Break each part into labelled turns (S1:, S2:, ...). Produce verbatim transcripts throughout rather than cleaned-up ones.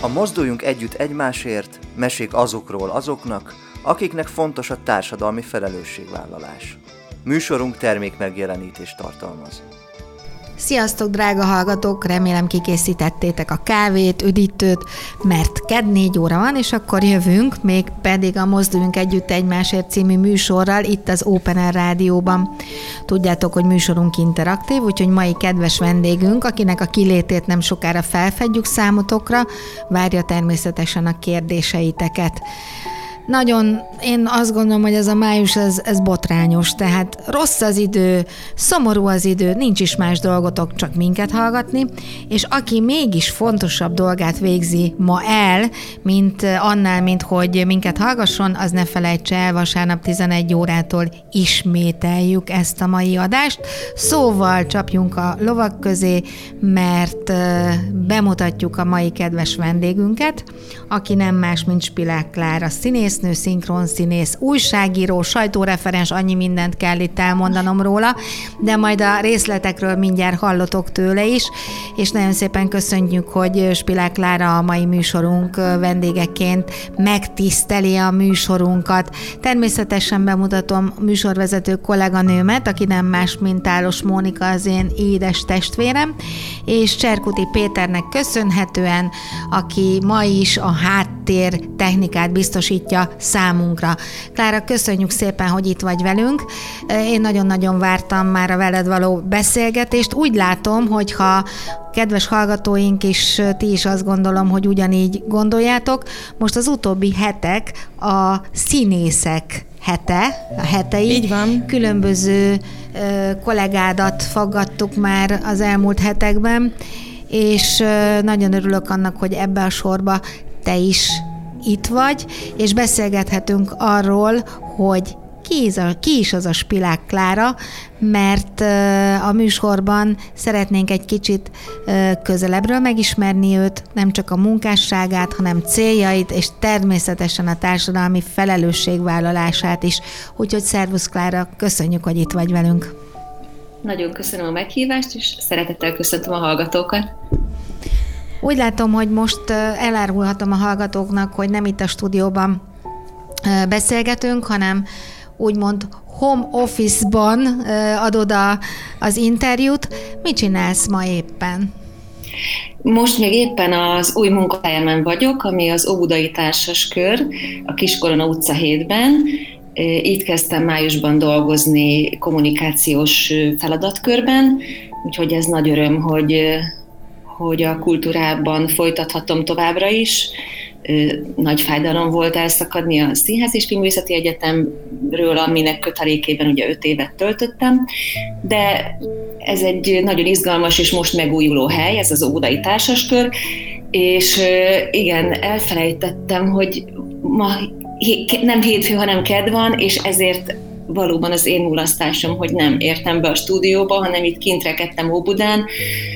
S1: A Mozduljunk együtt egymásért, mesék azokról azoknak, akiknek fontos a társadalmi felelősségvállalás. Műsorunk termékmegjelenítést tartalmaz.
S2: Sziasztok, drága hallgatók! Remélem kikészítettétek a kávét, üdítőt, mert kedd négy óra van, és akkor jövünk, még pedig a Mozduljunk együtt egymásért című műsorral itt az Open Air Rádióban. Tudjátok, hogy műsorunk interaktív, úgyhogy mai kedves vendégünk, akinek a kilétét nem sokára felfedjük számotokra, várja természetesen a kérdéseiteket. Nagyon, én azt gondolom, hogy ez a május, ez, ez botrányos, tehát rossz az idő, szomorú az idő, nincs is más dolgotok, csak minket hallgatni, és aki mégis fontosabb dolgát végzi ma el, mint annál, mint hogy minket hallgasson, az ne felejtse el, vasárnap tizenegy órától ismételjük ezt a mai adást, szóval csapjunk a lovak közé, mert bemutatjuk a mai kedves vendégünket, aki nem más, mint Spilák Klára színésznő, szinkronszínész, újságíró, sajtóreferens, annyi mindent kell itt elmondanom róla, de majd a részletekről mindjárt hallotok tőle is, és nagyon szépen köszönjük, hogy Spilák Klára a mai műsorunk vendégeként megtiszteli a műsorunkat. Természetesen bemutatom műsorvezető kolléganőmet, aki nem más, mint Álos Mónika, az én édes testvérem, és Cserkuti Péternek köszönhetően, aki ma is a háttér technikát biztosítja számunkra. Klára, köszönjük szépen, hogy itt vagy velünk. Én nagyon-nagyon vártam már a veled való beszélgetést. Úgy látom, hogyha kedves hallgatóink is, ti is azt gondolom, hogy ugyanígy gondoljátok. Most az utóbbi hetek a színészek hete, a hetei.
S3: Így van.
S2: Különböző ö, kollégádat faggattuk már az elmúlt hetekben, és ö, nagyon örülök annak, hogy ebbe a sorba te is itt vagy, és beszélgethetünk arról, hogy ki is, a, ki is az a Spilák Klára, mert uh, a műsorban szeretnénk egy kicsit uh, közelebbről megismerni őt, nem csak a munkásságát, hanem céljait, és természetesen a társadalmi felelősségvállalását is. Úgyhogy szervusz Klára, köszönjük, hogy itt vagy velünk.
S3: Nagyon köszönöm a meghívást, és szeretettel köszöntöm a hallgatókat.
S2: Úgy látom, hogy most elárulhatom a hallgatóknak, hogy nem itt a stúdióban beszélgetünk, hanem úgymond home office-ban adod a, az interjút. Mit csinálsz ma éppen?
S3: Most még éppen az új munkahelyemen vagyok, ami az Óbudai Társaskör, a Kiskorona utca hétben. Itt kezdtem májusban dolgozni kommunikációs feladatkörben, úgyhogy ez nagy öröm, hogy hogy a kultúrában folytathatom továbbra is. Nagy fájdalom volt elszakadni a Színház és Filmművészeti Egyetemről, aminek kötelékében ugye öt évet töltöttem, de ez egy nagyon izgalmas és most megújuló hely, ez az Óbudai Társaskör, és igen, elfelejtettem, hogy ma nem hétfő, hanem kedd van, és ezért valóban az én mulasztásom, hogy nem értem be a stúdióba, hanem itt kint rekedtem Óbudán.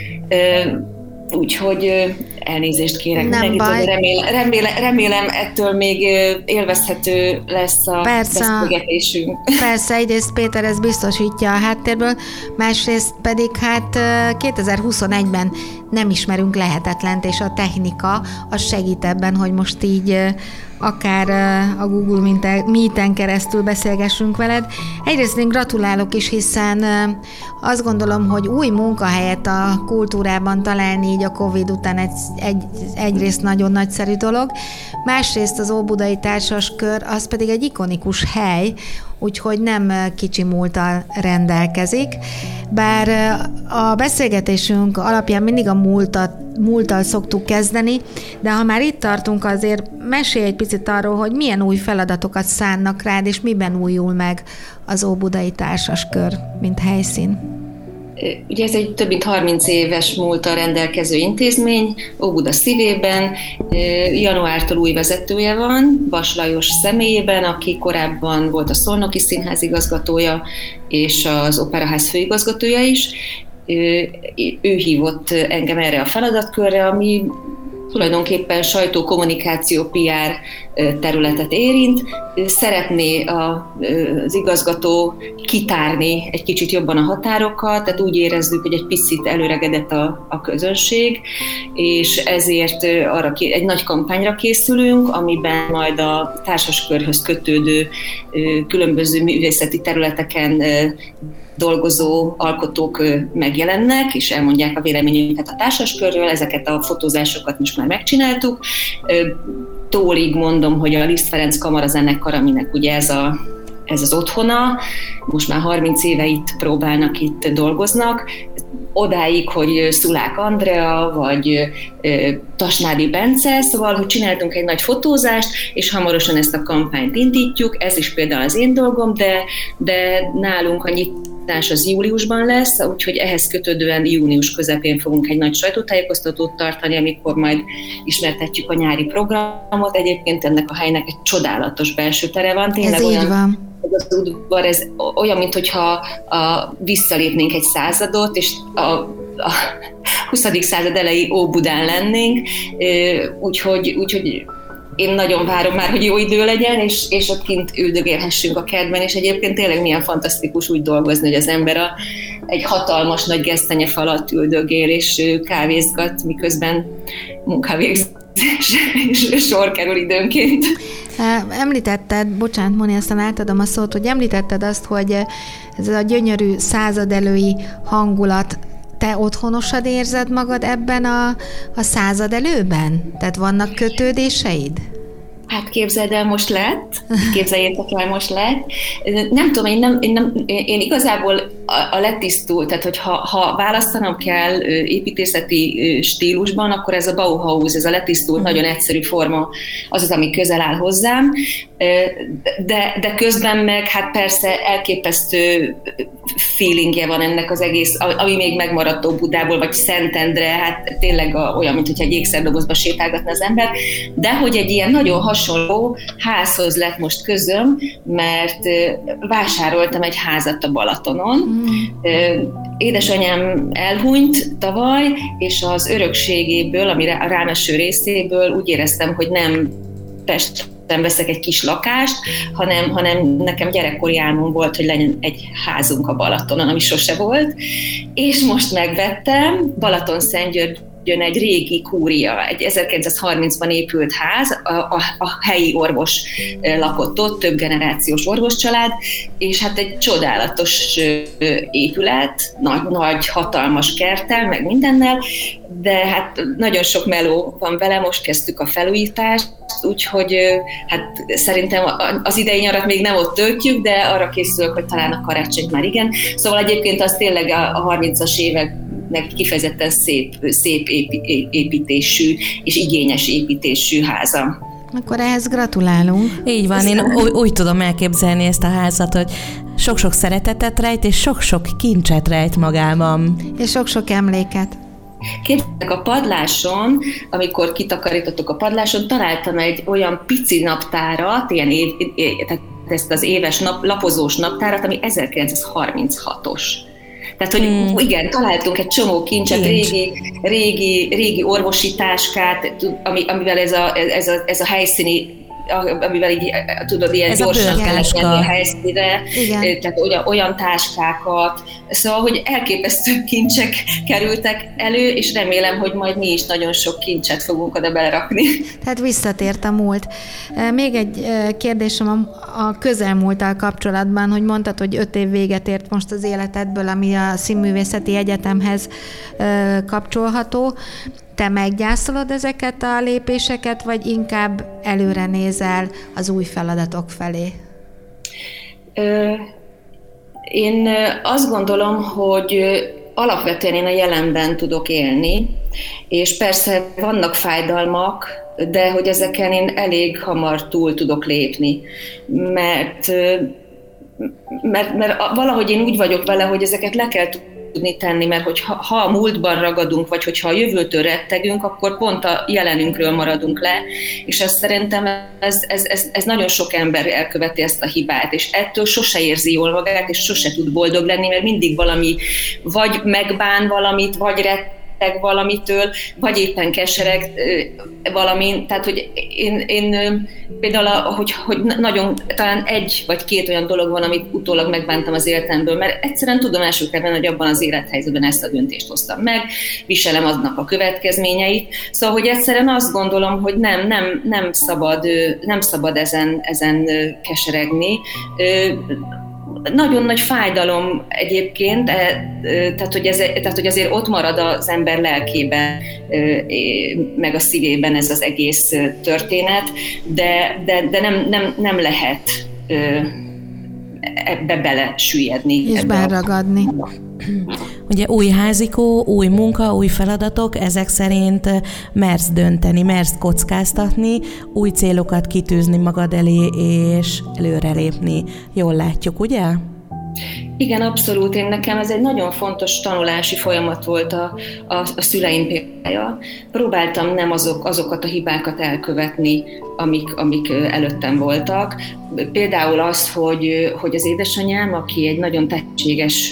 S3: Úgyhogy elnézést kérek mindenkitől, remélem, remélem, remélem ettől még élvezhető lesz a
S2: persze,
S3: beszélgetésünk.
S2: Persze, egyrészt Péter ezt biztosítja a háttérből, másrészt pedig hát kétezer-huszonegyben nem ismerünk lehetetlent, és a technika az segít ebben, hogy most így akár a Google Meet-en keresztül beszélgessünk veled. Egyrészt én gratulálok is, hiszen azt gondolom, hogy új munkahelyet a kultúrában találni így a Covid után egy, egy, egyrészt nagyon nagyszerű dolog, másrészt az Óbudai Társaskör az pedig egy ikonikus hely, úgyhogy nem kicsi múlttal rendelkezik. Bár a beszélgetésünk alapján mindig a múltat, múlttal szoktuk kezdeni, de ha már itt tartunk, azért mesélj egy picit arról, hogy milyen új feladatokat szánnak rád, és miben újul meg az Óbudai Társaskör, mint helyszín.
S3: Ugye ez egy több mint harminc éves múlttal rendelkező intézmény, Óbuda szívében, januártól új vezetője van, Vas Lajos személyében, aki korábban volt a Szolnoki Színház igazgatója, és az Operaház főigazgatója is. Ő hívott engem erre a feladatkörre, ami tulajdonképpen sajtókommunikáció, pé er területet érint. Szeretné az igazgató kitárni egy kicsit jobban a határokat, tehát úgy érezzük, hogy egy picit előregedett a, a közönség, és ezért arra egy nagy kampányra készülünk, amiben majd a társaskörhöz kötődő különböző művészeti területeken dolgozó alkotók megjelennek, és elmondják a véleményüket a társaskörről, ezeket a fotózásokat most már megcsináltuk. Tólig mondom, hogy a Liszt Ferenc Kamarazenekar, aminek ugye ez, a, ez az otthona, most már harminc éve itt próbálnak, itt dolgoznak, odáig, hogy Szulák Andrea, vagy Tasnádi Bence, szóval, hogy csináltunk egy nagy fotózást, és hamarosan ezt a kampányt indítjuk, ez is például az én dolgom, de, de nálunk a nyitás az júliusban lesz, úgyhogy ehhez kötődően június közepén fogunk egy nagy sajtótájékoztatót tartani, amikor majd ismertetjük a nyári programot. Egyébként ennek a helynek egy csodálatos belső tere van. Tényleg
S2: ez
S3: olyan,
S2: így van.
S3: Az udvar, ez olyan, mintha a, visszalépnénk egy századot, és a, a huszadik század elejé Óbudán lennénk, úgyhogy, úgyhogy én nagyon várom már, hogy jó idő legyen, és, és ott kint üldögélhessünk a kertben, és egyébként tényleg milyen fantasztikus úgy dolgozni, hogy az ember a, egy hatalmas nagy gesztenyefa alatt üldögél, és kávézgat, miközben munkavégzésre sor kerül időnként.
S2: Említetted, bocsánat, Moni, aztán átadom a szót, hogy említetted azt, hogy ez a gyönyörű századelői hangulat, te otthonosad érzed magad ebben a, a századelőben? Tehát vannak kötődéseid?
S3: Hát képzeld el, most lett. Képzeljétek el, most lett. Nem tudom, én, nem, én, nem, én igazából a, a letisztult, tehát hogy ha, ha választanom kell építészeti stílusban, akkor ez a Bauhaus, ez a letisztult, nagyon egyszerű forma az az, ami közel áll hozzám, de, de közben meg hát persze elképesztő feelingje van ennek az egész, ami még megmaradt Óbudából, vagy Szentendre, hát tényleg a, olyan, mint hogyha egy ékszerdobozba sétálgatna az ember, de hogy egy ilyen nagyon hasonló házhoz lett most közöm, mert vásároltam egy házat a Balatonon. Mm. Édesanyám elhunyt tavaly, és az örökségéből, ami a rámeső részéből úgy éreztem, hogy nem Pesten veszek egy kis lakást, hanem, hanem nekem gyerekkori álmom volt, hogy legyen egy házunk a Balatonon, ami sose volt, és most megvettem Balatonszentgyörgy jön egy régi kúria, egy ezerkilencszázharmincban épült ház, a, a, a helyi orvos lakott ott, több generációs orvoscsalád, és hát egy csodálatos épület, nagy, nagy hatalmas kerttel, meg mindennel, de hát nagyon sok meló van vele, most kezdtük a felújítást, úgyhogy hát szerintem az idei nyarat még nem ott töltjük, de arra készülök, hogy talán a karácsonyt már igen. Szóval egyébként az tényleg a harmincas évek kifejezetten szép, szép építésű és igényes építésű háza.
S2: Akkor ehhez gratulálunk.
S4: Így van, én úgy, úgy tudom elképzelni ezt a házat, hogy sok-sok szeretetet rejt, és sok-sok kincset rejt magában. És
S2: sok-sok emléket.
S3: Képzeljétek, a padláson, amikor kitakarítottuk a padláson, találtam egy olyan pici naptárat, ilyen év, tehát ezt az éves nap, lapozós naptárat, ami ezerkilencszázharminchatos. Tehát, hogy hmm. igen, találtunk egy csomó kincset, régi, régi, régi orvosi táskát, ami, amivel ez a, ez, a, ez a helyszíni, amivel így, tudod, ilyen ez gyorsan kellett menni a helyszínre, igen. Tehát olyan, olyan táskákat, szóval, hogy elképesztő kincsek kerültek elő, és remélem, hogy majd mi is nagyon sok kincset fogunk oda belerakni.
S2: Tehát visszatért a múlt. Még egy kérdésem a közelmúlttal kapcsolatban, hogy mondtad, hogy öt év véget ért most az életedből, ami a Színművészeti Egyetemhez kapcsolható. Te meggyászolod ezeket a lépéseket, vagy inkább előre nézel az új feladatok felé?
S3: Én azt gondolom, hogy alapvetően én a jelenben tudok élni, és persze vannak fájdalmak, de hogy ezeken én elég hamar túl tudok lépni, mert, mert, mert valahogy én úgy vagyok vele, hogy ezeket le kell tudni tenni, mert hogy ha, ha a múltban ragadunk, vagy hogyha a jövőtől rettegünk, akkor pont a jelenünkről maradunk le, és ezt szerintem ez, ez, ez, ez nagyon sok ember elköveti ezt a hibát, és ettől sose érzi jól magát, és sose tud boldog lenni, mert mindig valami vagy megbán valamit, vagy retteg valamitől, vagy éppen kesereg valamin. Tehát, hogy én, én például, hogy, hogy nagyon talán egy vagy két olyan dolog van, amit utólag megbántam az életemből, mert egyszerűen tudomásul kell venni, hogy abban az élethelyzetben ezt a döntést hoztam meg, viselem aznak a következményeit. Szóval, hogy egyszerűen azt gondolom, hogy nem, nem, nem szabad, nem szabad ezen, ezen keseregni. Nagyon nagy fájdalom egyébként, tehát hogy, ez, tehát hogy azért ott marad az ember lelkében, meg a szívében ez az egész történet, de, de, de nem, nem, nem lehet ebbe bele süllyedni.
S2: És beragadni.
S4: Ugye új házikó, új munka, új feladatok, ezek szerint mersz dönteni, mersz kockáztatni, új célokat kitűzni magad elé, és előrelépni. Jól látjuk, ugye?
S3: Igen, abszolút. Én nekem ez egy nagyon fontos tanulási folyamat volt a, a, a szüleim példája. Próbáltam nem azok, azokat a hibákat elkövetni, amik, amik előttem voltak. Például az, hogy, hogy az édesanyám, aki egy nagyon tehetséges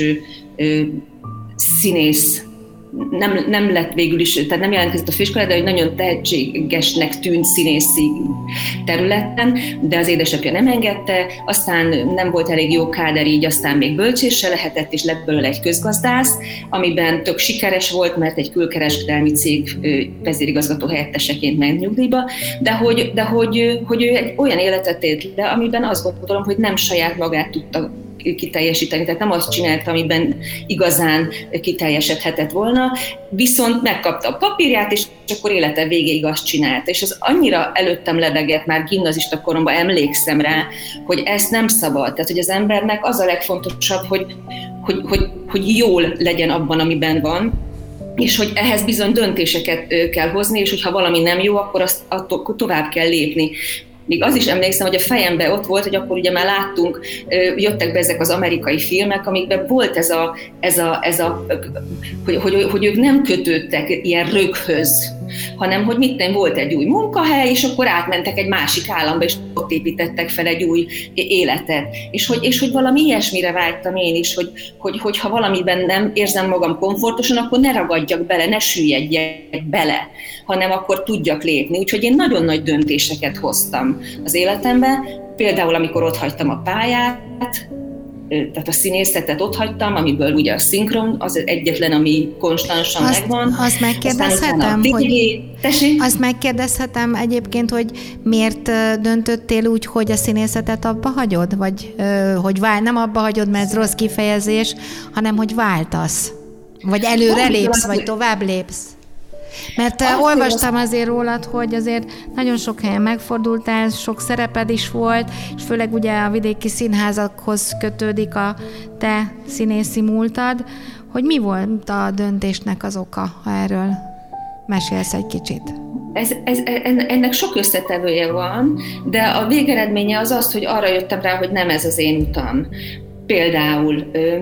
S3: színész, nem, nem lett végül is, tehát nem jelentkezett a főiskolán, de hogy nagyon tehetségesnek tűnt színészi területen, de az édesapja nem engedte, aztán nem volt elég jó káder, így aztán még bölcséssel lehetett, és lett belőle egy közgazdász, amiben tök sikeres volt, mert egy külkereskedelmi cég vezérigazgató helyetteseként ment nyugdíjba, de hogy, de hogy, hogy ő egy olyan életet élt le, amiben azt gondolom, hogy nem saját magát tudta kiteljesíteni, tehát nem azt csinált, amiben igazán kiteljesedhetett volna, viszont megkapta a papírját, és akkor élete végéig azt csinált. És az annyira előttem lebegett, már gimnazista koromban emlékszem rá, hogy ezt nem szabad. Tehát, hogy az embernek az a legfontosabb, hogy, hogy, hogy, hogy jól legyen abban, amiben van, és hogy ehhez bizony döntéseket kell hozni, és hogyha valami nem jó, akkor azt attól tovább kell lépni. Még az is emlékszem, hogy a fejemben ott volt, hogy akkor ugye már láttunk, jöttek be ezek az amerikai filmek, amikben volt ez a, ez a, ez a hogy, hogy, hogy ők nem kötődtek ilyen röghöz, hanem hogy mit volt egy új munkahely, és akkor átmentek egy másik államba, és ott építettek fel egy új életet. És hogy, és hogy valami ilyesmire vágytam én is, hogy, hogy, hogy ha valamiben nem érzem magam komfortosan, akkor ne ragadjak bele, ne süllyedjek bele, hanem akkor tudjak lépni. Úgyhogy én nagyon nagy döntéseket hoztam az életemben, például amikor otthagytam a pályát, tehát a színészetet otthagytam, amiből ugye a szinkron az egyetlen, ami konstansan azt, megvan.
S2: Azt megkérdezhetem, hogy, azt megkérdezhetem egyébként, hogy miért döntöttél úgy, hogy a színészetet abba hagyod? Vagy hogy vál, nem abba hagyod, mert ez rossz kifejezés, hanem hogy váltasz? Vagy előre lépsz, vagy tovább lépsz? Mert azt olvastam azért rólad, hogy azért nagyon sok helyen megfordultál, sok szereped is volt, és főleg ugye a vidéki színházakhoz kötődik a te színészi múltad, hogy mi volt a döntésnek az oka, ha erről mesélsz egy kicsit?
S3: Ez, ez, ennek sok összetevője van, de a végeredménye az az, hogy arra jöttem rá, hogy nem ez az én utam. Például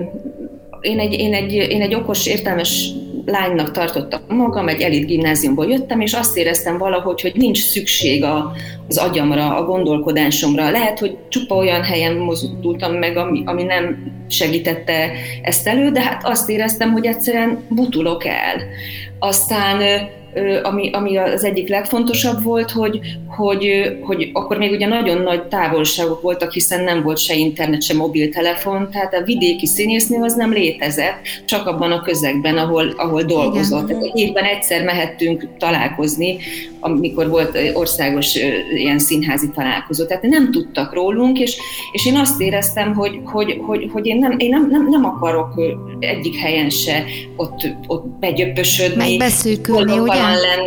S3: én egy, én egy, én egy okos, értelmes lánynak tartottam magam, egy elit gimnáziumból jöttem, és azt éreztem valahogy, hogy nincs szükség a, az agyamra, a gondolkodásomra. Lehet, hogy csupa olyan helyen mozdultam meg, ami, ami nem segítette ezt elő, de hát azt éreztem, hogy egyszerűen butulok el. Aztán Ami, ami az egyik legfontosabb volt, hogy, hogy, hogy akkor még ugye nagyon nagy távolságok voltak, hiszen nem volt se internet, se mobiltelefon, tehát a vidéki színésznő az nem létezett, csak abban a közegben, ahol, ahol dolgozott. Tehát évben egyszer mehettünk találkozni, amikor volt országos ilyen színházi találkozó. Tehát nem tudtak rólunk, és, és én azt éreztem, hogy, hogy, hogy, hogy én, nem, én nem, nem, nem akarok egyik helyen se ott, ott begyöpösödni.
S2: Megbeszűkülni, ugye?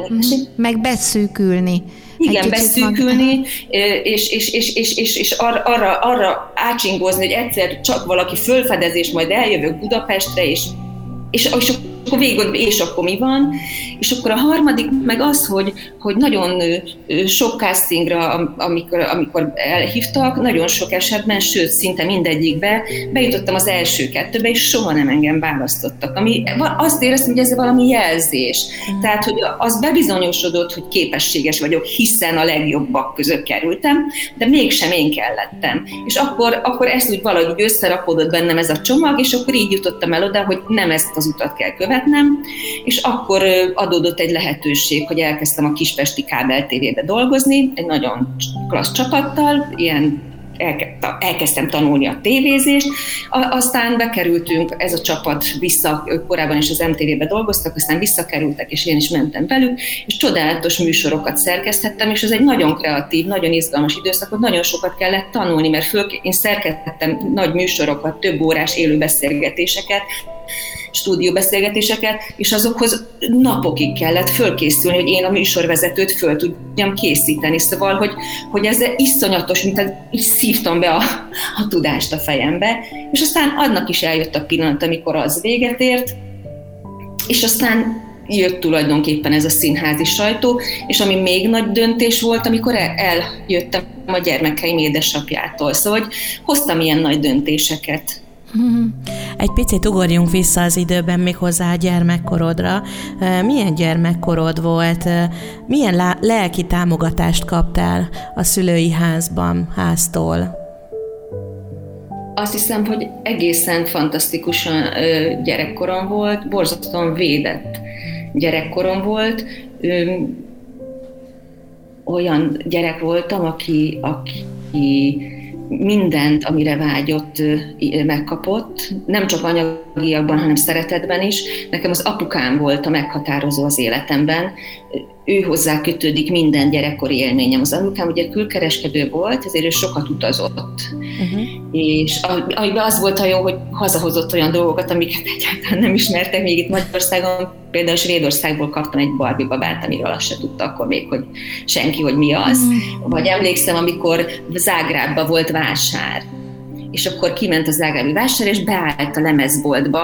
S2: Meg beszűkülni.
S3: Igen, beszűkülni, és, és, és, és, és, és arra, arra ácsingozni, hogy egyszer csak valaki fölfedez, és majd eljövök Budapestre, és, és, és akkor végül, és akkor mi van? És akkor a harmadik meg az, hogy, hogy nagyon sok castingra, amikor, amikor elhívtak, nagyon sok esetben, sőt, szinte mindegyikbe, bejutottam az első kettőbe, és soha nem engem választottak. Ami, azt éreztem, hogy ez valami jelzés. Mm. Tehát, hogy az bebizonyosodott, hogy képességes vagyok, hiszen a legjobbak között kerültem, de mégsem én kellettem. És akkor, akkor ezt úgy valahogy összerakódott bennem ez a csomag, és akkor így jutottam el oda, hogy nem ezt az utat kell követni, szeretnem, és akkor adódott egy lehetőség, hogy elkezdtem a kispesti kábel tévébe dolgozni, egy nagyon klassz csapattal, ilyen elkezdtem tanulni a tévézést, aztán bekerültünk, ez a csapat vissza, ők korábban is az em té vébe dolgoztak, aztán visszakerültek, és én is mentem velük, és csodálatos műsorokat szerkeszthettem, és ez egy nagyon kreatív, nagyon izgalmas időszakot, nagyon sokat kellett tanulni, mert föl, én szerkesztettem nagy műsorokat, több órás élő beszélgetéseket, stúdióbeszélgetéseket, és azokhoz napokig kellett fölkészülni, hogy én a műsorvezetőt föl tudjam készíteni. Szóval, hogy, hogy ez iszonyatos, mint így szívtam be a, a tudást a fejembe, és aztán annak is eljött a pillanat, amikor az véget ért, és aztán jött tulajdonképpen ez a színházi sajtó, és ami még nagy döntés volt, amikor el, eljöttem a gyermekeim édesapjától. Szóval, hogy hoztam ilyen nagy döntéseket.
S4: Egy picit ugorjunk vissza az időben, még hozzá a gyermekkorodra. Milyen gyermekkorod volt? Milyen lá- lelki támogatást kaptál a szülői házban, háztól?
S3: Azt hiszem, hogy egészen fantasztikusan gyerekkorom volt, borzasztóan védett gyerekkorom volt. Olyan gyerek voltam, aki, aki mindent, amire vágyott, megkapott, nem csak anyagiakban, hanem szeretetben is. Nekem az apukám volt a meghatározó az életemben. Ő hozzá kötődik minden gyerekkori élményem. Az anyukám ugye külkereskedő volt, ezért ő sokat utazott. Uh-huh. És amiben az volt a jó, hogy hazahozott olyan dolgokat, amiket egyáltalán nem ismertek. Még itt Magyarországon, például Svédországból kaptam egy Barbie babát, amiről azt se tudta akkor még, hogy senki, hogy mi az. Uh-huh. Vagy emlékszem, amikor Zágrábban volt vásár, és akkor kiment a zágrábi vásár, és beállt a lemezboltba,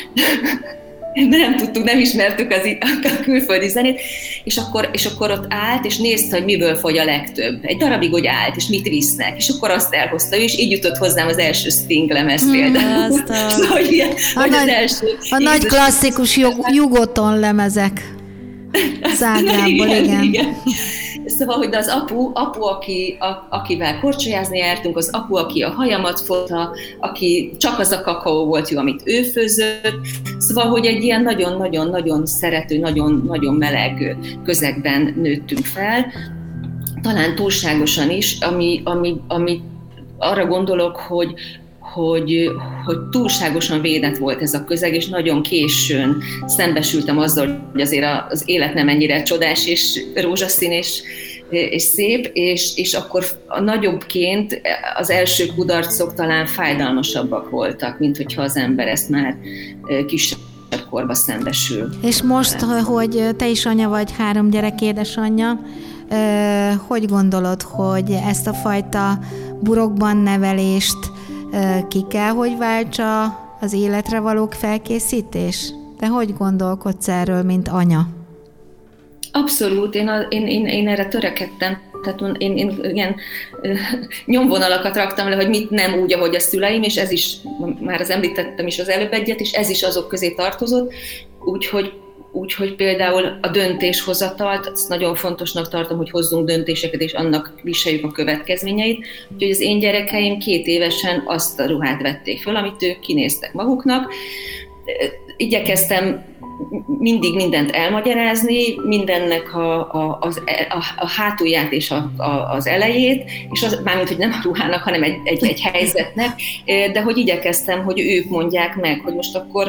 S3: de nem tudtuk, nem ismertük az, a külföldi zenét, és akkor, és akkor ott állt, és nézte, hogy miből fogy a legtöbb. Egy darabig, hogy állt, és mit visznek, és akkor azt elhozta ő, és így jutott hozzám az első Sting lemez például.
S2: Hmm, a, hogy ilyen, a, hogy nagy, az első, a nagy klasszikus Jugoton lemezek. Zágrábból, igen. igen. igen.
S3: Szóval, hogy az apu, apu aki, a, akivel korcsolyázni jártunk, az apu, aki a hajamat fogta, aki csak az a kakaó volt jó, amit ő főzött. Szóval, hogy egy ilyen nagyon-nagyon-nagyon szerető, nagyon-nagyon meleg közegben nőttünk fel. Talán túlságosan is, ami, ami, ami arra gondolok, hogy Hogy, hogy túlságosan védett volt ez a közeg, és nagyon későn szembesültem azzal, hogy azért az élet nem ennyire csodás és rózsaszín és, és szép, és, és akkor a nagyobbként az első kudarcok talán fájdalmasabbak voltak, mint hogyha az ember ezt már kisebb korba szembesül.
S2: És most, hogy te is anya vagy, három gyerek édesanyja, hogy gondolod, hogy ezt a fajta burokban nevelést ki kell, hogy váltsa az életre való felkészítés? Te hogy gondolkodsz erről, mint anya?
S3: Abszolút, én, a, én, én, én erre törekedtem. Tehát én, én ilyen nyomvonalakat raktam le, hogy mit nem úgy, ahogy a szüleim, és ez is, már az említettem is az előbb egyet, és ez is azok közé tartozott, úgyhogy Úgyhogy például a döntéshozatalt, azt nagyon fontosnak tartom, hogy hozzunk döntéseket, és annak viseljük a következményeit. Úgyhogy az én gyerekeim két évesen azt a ruhát vették föl, amit ők kinéztek maguknak. Igyekeztem mindig mindent elmagyarázni, mindennek a, a, a, a, a hátulját és a, a, az elejét, és az, mármint, hogy nem a ruhának, hanem egy, egy, egy helyzetnek, de hogy igyekeztem, hogy ők mondják meg, hogy most akkor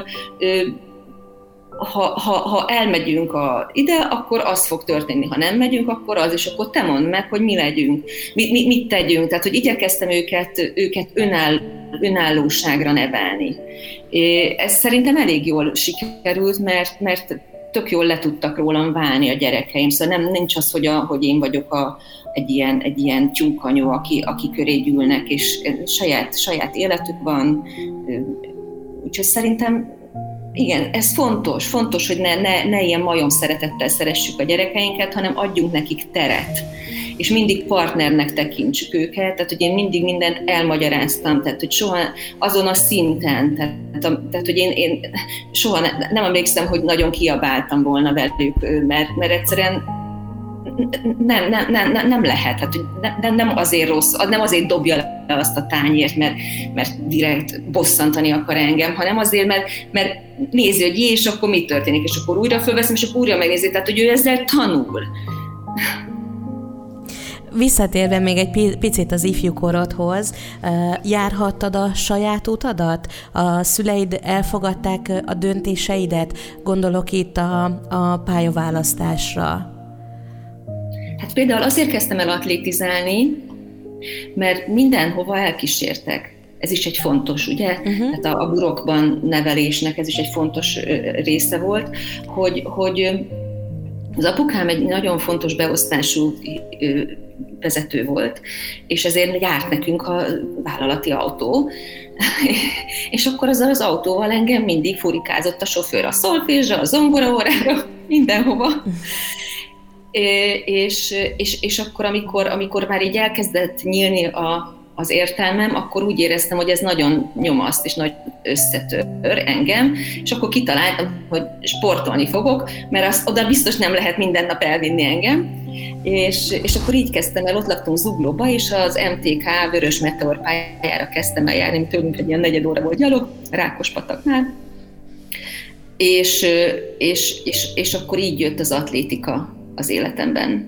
S3: Ha, ha, ha elmegyünk a, ide, akkor az fog történni, ha nem megyünk, akkor az, és akkor te mondd meg, hogy mi legyünk, mi, mi, mit tegyünk. Tehát, hogy igyekeztem őket, őket önáll, önállóságra nevelni. Ez szerintem elég jól sikerült, mert, mert tök jól le tudtak rólam válni a gyerekeim. Szóval nem, nincs az, hogy, a, hogy én vagyok a, egy ilyen, egy ilyen tyúkanyó, aki, aki köré gyűlnek, és saját, saját életük van. Úgyhogy szerintem igen, ez fontos, fontos, hogy ne, ne, ne ilyen majom szeretettel szeressük a gyerekeinket, hanem adjunk nekik teret. És mindig partnernek tekintsük őket, tehát hogy én mindig mindent elmagyaráztam, tehát hogy soha azon a szinten, tehát, tehát hogy én, én soha ne, nem emlékszem, hogy nagyon kiabáltam volna velük, mert, mert egyszerűen nem, nem, nem, nem lehet, tehát nem, nem azért rossz, nem azért dobja le azt a tányért, mert, mert direkt bosszantani akar engem, hanem azért, mert, mert nézi, hogy jé, és akkor mi történik, és akkor újra fölveszem, és akkor újra megnézi, tehát hogy ő ezzel tanul.
S4: Visszatérve még egy picit az ifjúkorodhoz, járhattad a saját utadat? A szüleid elfogadták a döntéseidet? Gondolok itt a, a pályaválasztásra.
S3: Hát például azért kezdtem el atlétizálni, mert mindenhova elkísértek. Ez is egy fontos, ugye? Uh-huh. Hát a, a burokban nevelésnek ez is egy fontos része volt, hogy, hogy az apukám egy nagyon fontos beosztású vezető volt, és ezért járt nekünk a vállalati autó, és akkor azzal az autóval engem mindig furikázott a sofőr a szolfézsra, a zongoraórára, mindenhova. És, és, és akkor, amikor, amikor már így elkezdett nyílni a, az értelmem, akkor úgy éreztem, hogy ez nagyon nyomaszt és nagy összetör engem, és akkor kitaláltam, hogy sportolni fogok, mert azt oda biztos nem lehet minden nap elvinni engem, és, és akkor így kezdtem el, ott laktunk Zuglóba, és az em té ká Vörös Meteor pályára kezdtem el járni, tőlünk egy ilyen negyed óra volt gyalog, Rákospataknál, és, és, és, és akkor így jött az atlétika az életemben.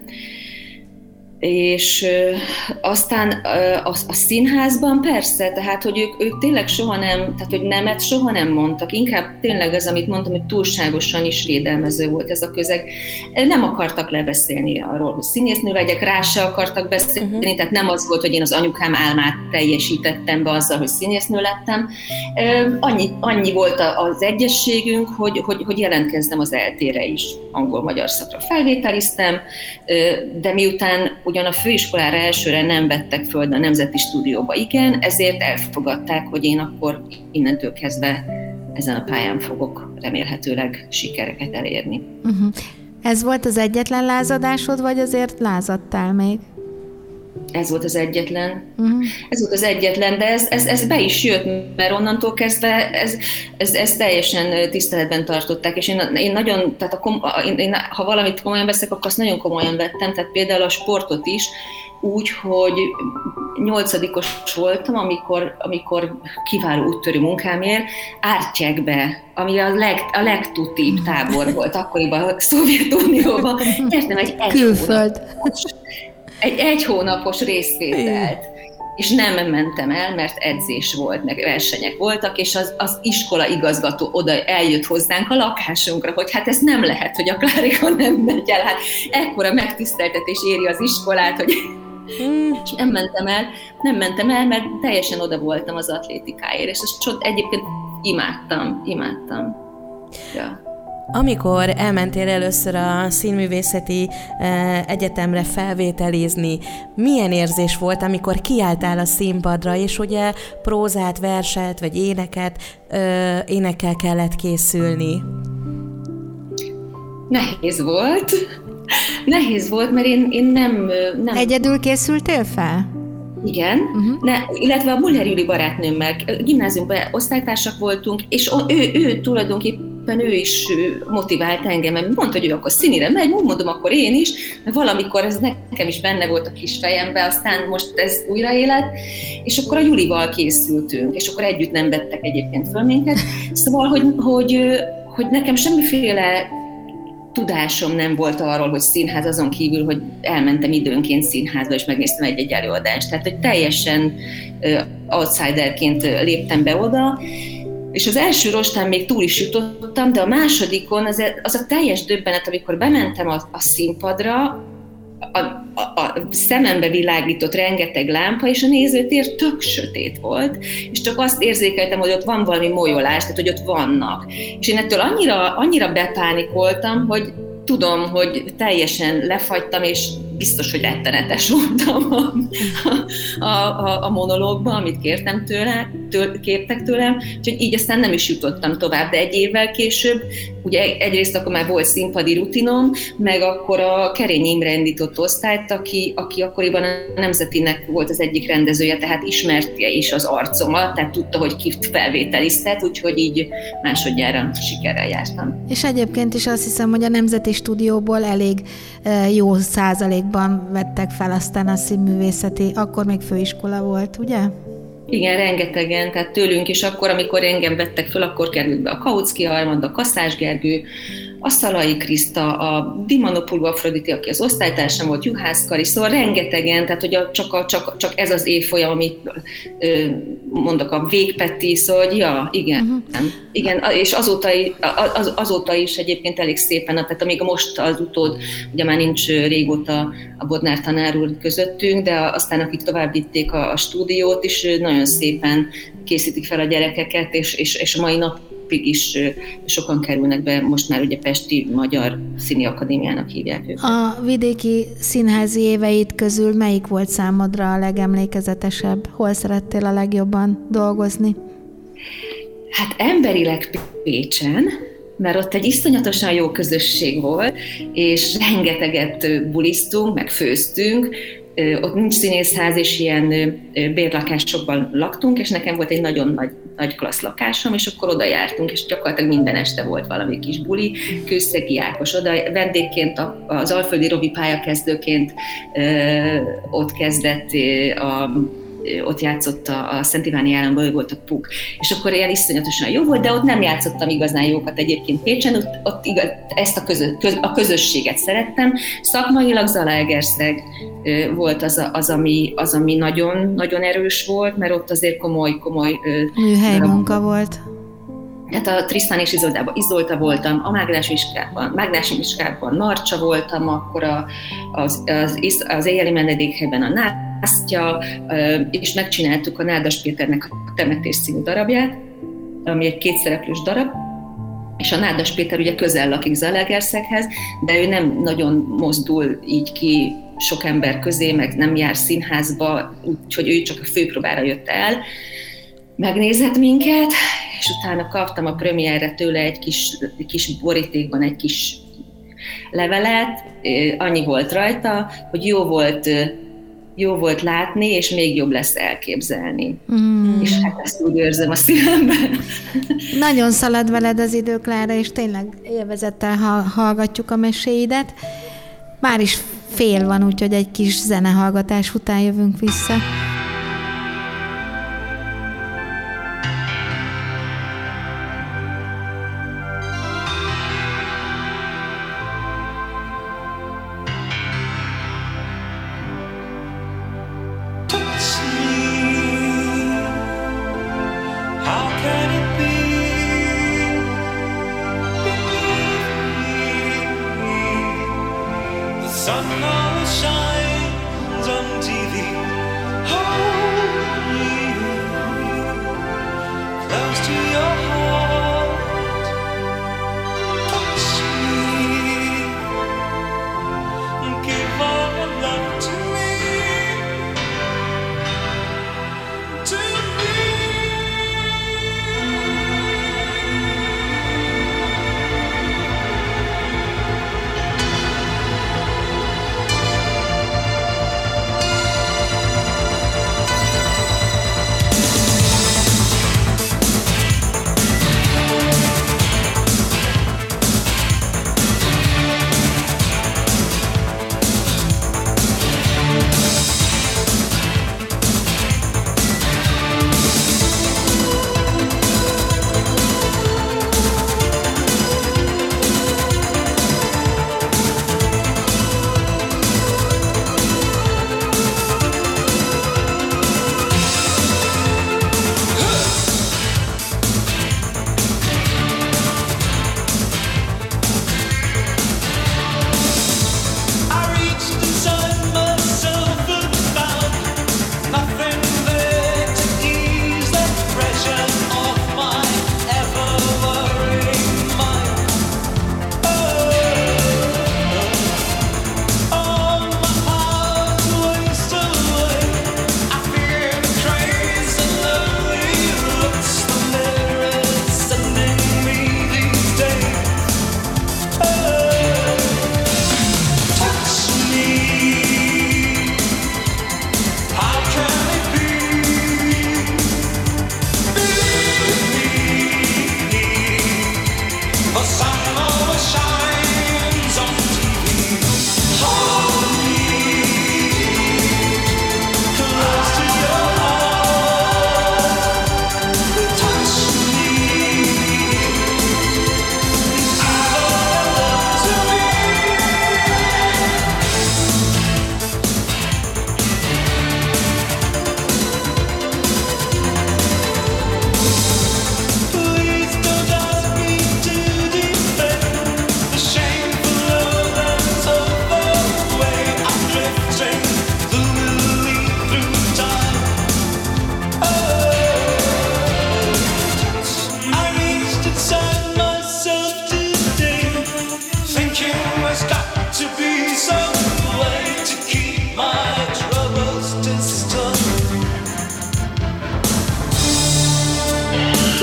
S3: És ö, aztán ö, a, a színházban persze, tehát, hogy ők, ők tényleg soha nem, tehát, hogy nemet soha nem mondtak, inkább tényleg az, amit mondtam, hogy túlságosan is védelmező volt ez a közeg. Nem akartak lebeszélni arról, hogy színésznő legyek, rá se akartak beszélni, uh-huh. tehát nem az volt, hogy én az anyukám álmát teljesítettem be azzal, hogy színésznő lettem. Annyi, annyi volt az egyességünk, hogy, hogy, hogy jelentkeztem az eltére is. Angol-magyar szakra felvételiztem, de miután ugyan a főiskolára elsőre nem vettek föl, de a Nemzeti Stúdióba igen, ezért elfogadták, hogy én akkor innentől kezdve ezen a pályán fogok remélhetőleg sikereket elérni.
S2: Uh-huh. Ez volt az egyetlen lázadásod, vagy azért lázadtál még?
S3: Ez volt az egyetlen. Uh-huh. Ez volt az egyetlen, de ez, ez, ez be is jött, mert onnantól kezdve ez, ez, ez teljesen tiszteletben tartották, és én, én nagyon, tehát a kom, én, én, ha valamit komolyan veszek, akkor azt nagyon komolyan vettem, tehát például a sportot is, úgy, hogy nyolcadikos voltam, amikor, amikor kiváló úttörő munkámért Ártyekbe, ami a, leg, a legtutibb tábor volt akkoriban a Szovjetunióban. Értem, egy egy
S2: Külföld.
S3: Hónapos, egy egy hónapos részvételt, és nem mentem el, mert edzés volt, meg versenyek voltak, és az, az iskola igazgató oda eljött hozzánk a lakásunkra, hogy hát ez nem lehet, hogy a Klárika nem megy el, hát ekkora megtiszteltetés éri az iskolát, hogy és nem mentem el, nem mentem el, mert teljesen oda voltam az atlétikáért, és ezt egyébként imádtam, imádtam. Ja.
S4: Amikor elmentél először a Színművészeti Egyetemre felvételizni, milyen érzés volt, amikor kiálltál a színpadra, és ugye prózát, verset, vagy éneket, énekkel kellett készülni?
S3: Nehéz volt. Nehéz volt, mert én, én nem, nem...
S2: Egyedül készültél fel?
S3: Igen, uh-huh. ne, illetve a Muller Júli barátnőmmel gimnáziumban osztálytársak voltunk, és ő, ő tulajdonképpen ő is motivált engem, mert mondta, hogy ő akkor színire megy, mondom, akkor én is, mert valamikor ez nekem is benne volt a kis fejemben, aztán most ez újraélet, és akkor a Julival készültünk, és akkor együtt nem vettek egyébként föl minket, szóval, hogy, hogy, hogy nekem semmiféle tudásom nem volt arról, hogy színház, azon kívül, hogy elmentem időnként színházba, és megnéztem egy-egy előadást. Tehát, hogy teljesen uh, outsiderként léptem be oda, és az első rostán még túl is jutottam, de a másodikon az, az a teljes döbbenet, amikor bementem a, a színpadra, a, a, a szemembe világított rengeteg lámpa, és a nézőtér tök sötét volt, és csak azt érzékeltem, hogy ott van valami molyolás, tehát hogy ott vannak. És én ettől annyira, annyira bepánikoltam, hogy tudom, hogy teljesen lefagytam, és biztos, hogy rettenetes voltam a, a, a, a monológban, amit kértem tőle, től, kértek tőlem, úgyhogy így aztán nem is jutottam tovább, de egy évvel később, ugye egyrészt akkor már volt színpadi rutinom, meg akkor a Kerényi Imre indított osztályt, aki, aki akkoriban a Nemzetinek volt az egyik rendezője, tehát ismertje is az arcomat, tehát tudta, hogy ki felvételiztet, úgyhogy így másodjára sikerrel jártam.
S2: És egyébként is azt hiszem, hogy a Nemzeti Stúdióból elég jó százalékban vettek fel aztán a színművészeti, akkor még főiskola volt, ugye?
S3: Igen, rengetegen, tehát tőlünk is akkor, amikor engem vettek föl, akkor került be a Kautsky Armand, a Kaszás Gergő, a Szalai Kriszta, a Dimanopulú Afroditi, aki az osztálytársam volt, Juhász Kari, szóval rengetegen, tehát hogy a, csak, a, csak, csak ez az évfolyam, amit ö, mondok, a Végpeti, szóval, hogy ja, igen, uh-huh. igen, és azóta, az, azóta is egyébként elég szépen, tehát amíg most az utód, ugye már nincs régóta a Bodnár tanár úr közöttünk, de aztán akik tovább vitték a, a stúdiót is, nagyon szépen készítik fel a gyerekeket, és, és, és a mai nap is sokan kerülnek be, most már ugye Pesti Magyar Színi Akadémiának hívják őket.
S2: A vidéki színházi éveid közül melyik volt számodra a legemlékezetesebb? Hol szerettél a legjobban dolgozni?
S3: Hát emberileg Pécsen, mert ott egy iszonyatosan jó közösség volt, és rengeteget bulisztunk, meg főztünk, ott nincs színészház, és ilyen bérlakásokban laktunk, és nekem volt egy nagyon nagy, nagy klassz lakásom, és akkor oda jártunk, és gyakorlatilag minden este volt valami kis buli. Kőszegi Ákos oda vendégként, az Alföldi Robi pályakezdőként ott kezdett a ott játszott a, a Szent Iváni államban, ő volt a Puk. És akkor ilyen iszonyatosan jó volt, de ott nem játszottam igazán jókat egyébként Pécsen, ott, ott igaz, ezt a, közö, köz, a közösséget szerettem. Szakmailag Zalaegerszeg volt az, a, az, ami, az, ami nagyon, nagyon erős volt, mert ott azért komoly, komoly...
S2: Műhely munka volt.
S3: Tehát a Trisztán és Izoldában Izolta voltam, a Mágnás Iskában, Mágnás Iskában Narcsa voltam, akkor a, az, az, az éjjeli menedékhelyben a Násztya, és megcsináltuk a Nádas Péternek a Temetés című darabját, ami egy kétszereplős darab, és a Nádas Péter ugye közel lakik Zalaegerszeghez, de ő nem nagyon mozdul így ki sok ember közé, meg nem jár színházba, úgyhogy ő csak a főpróbára jött el, megnézett minket, és utána kaptam a premierre tőle egy kis, kis borítékban egy kis levelet, annyi volt rajta, hogy jó volt, jó volt látni, és még jobb lesz elképzelni. Mm. És hát ezt úgy érzem a szívemben.
S2: Nagyon szalad veled az idő, Klára, és tényleg élvezettel hallgatjuk a meséidet. Már is fél van, úgyhogy egy kis zenehallgatás után jövünk vissza.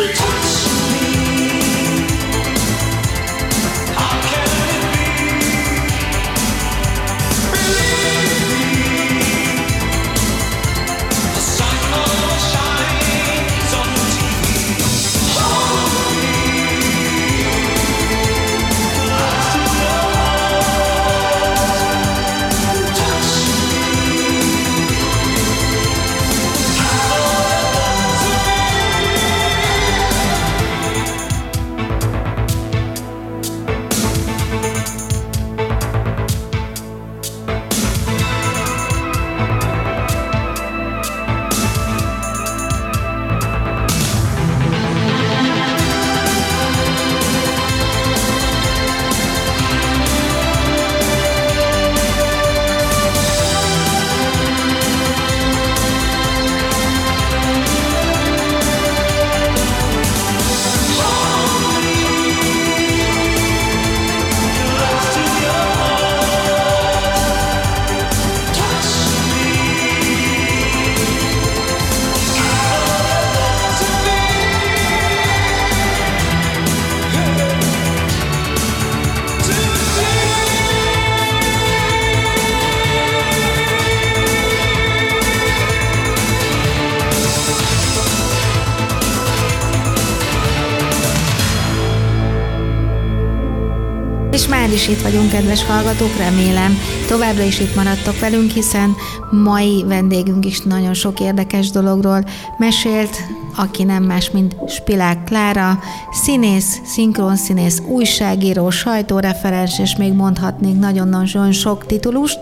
S2: És már is itt vagyunk, kedves hallgatók, remélem továbbra is itt maradtok velünk, hiszen mai vendégünk is nagyon sok érdekes dologról mesélt, aki nem más, mint Spilák Klára, színész, szinkronszínész, újságíró, sajtóreferens, és még mondhatnék nagyon-nagyon sok titulust.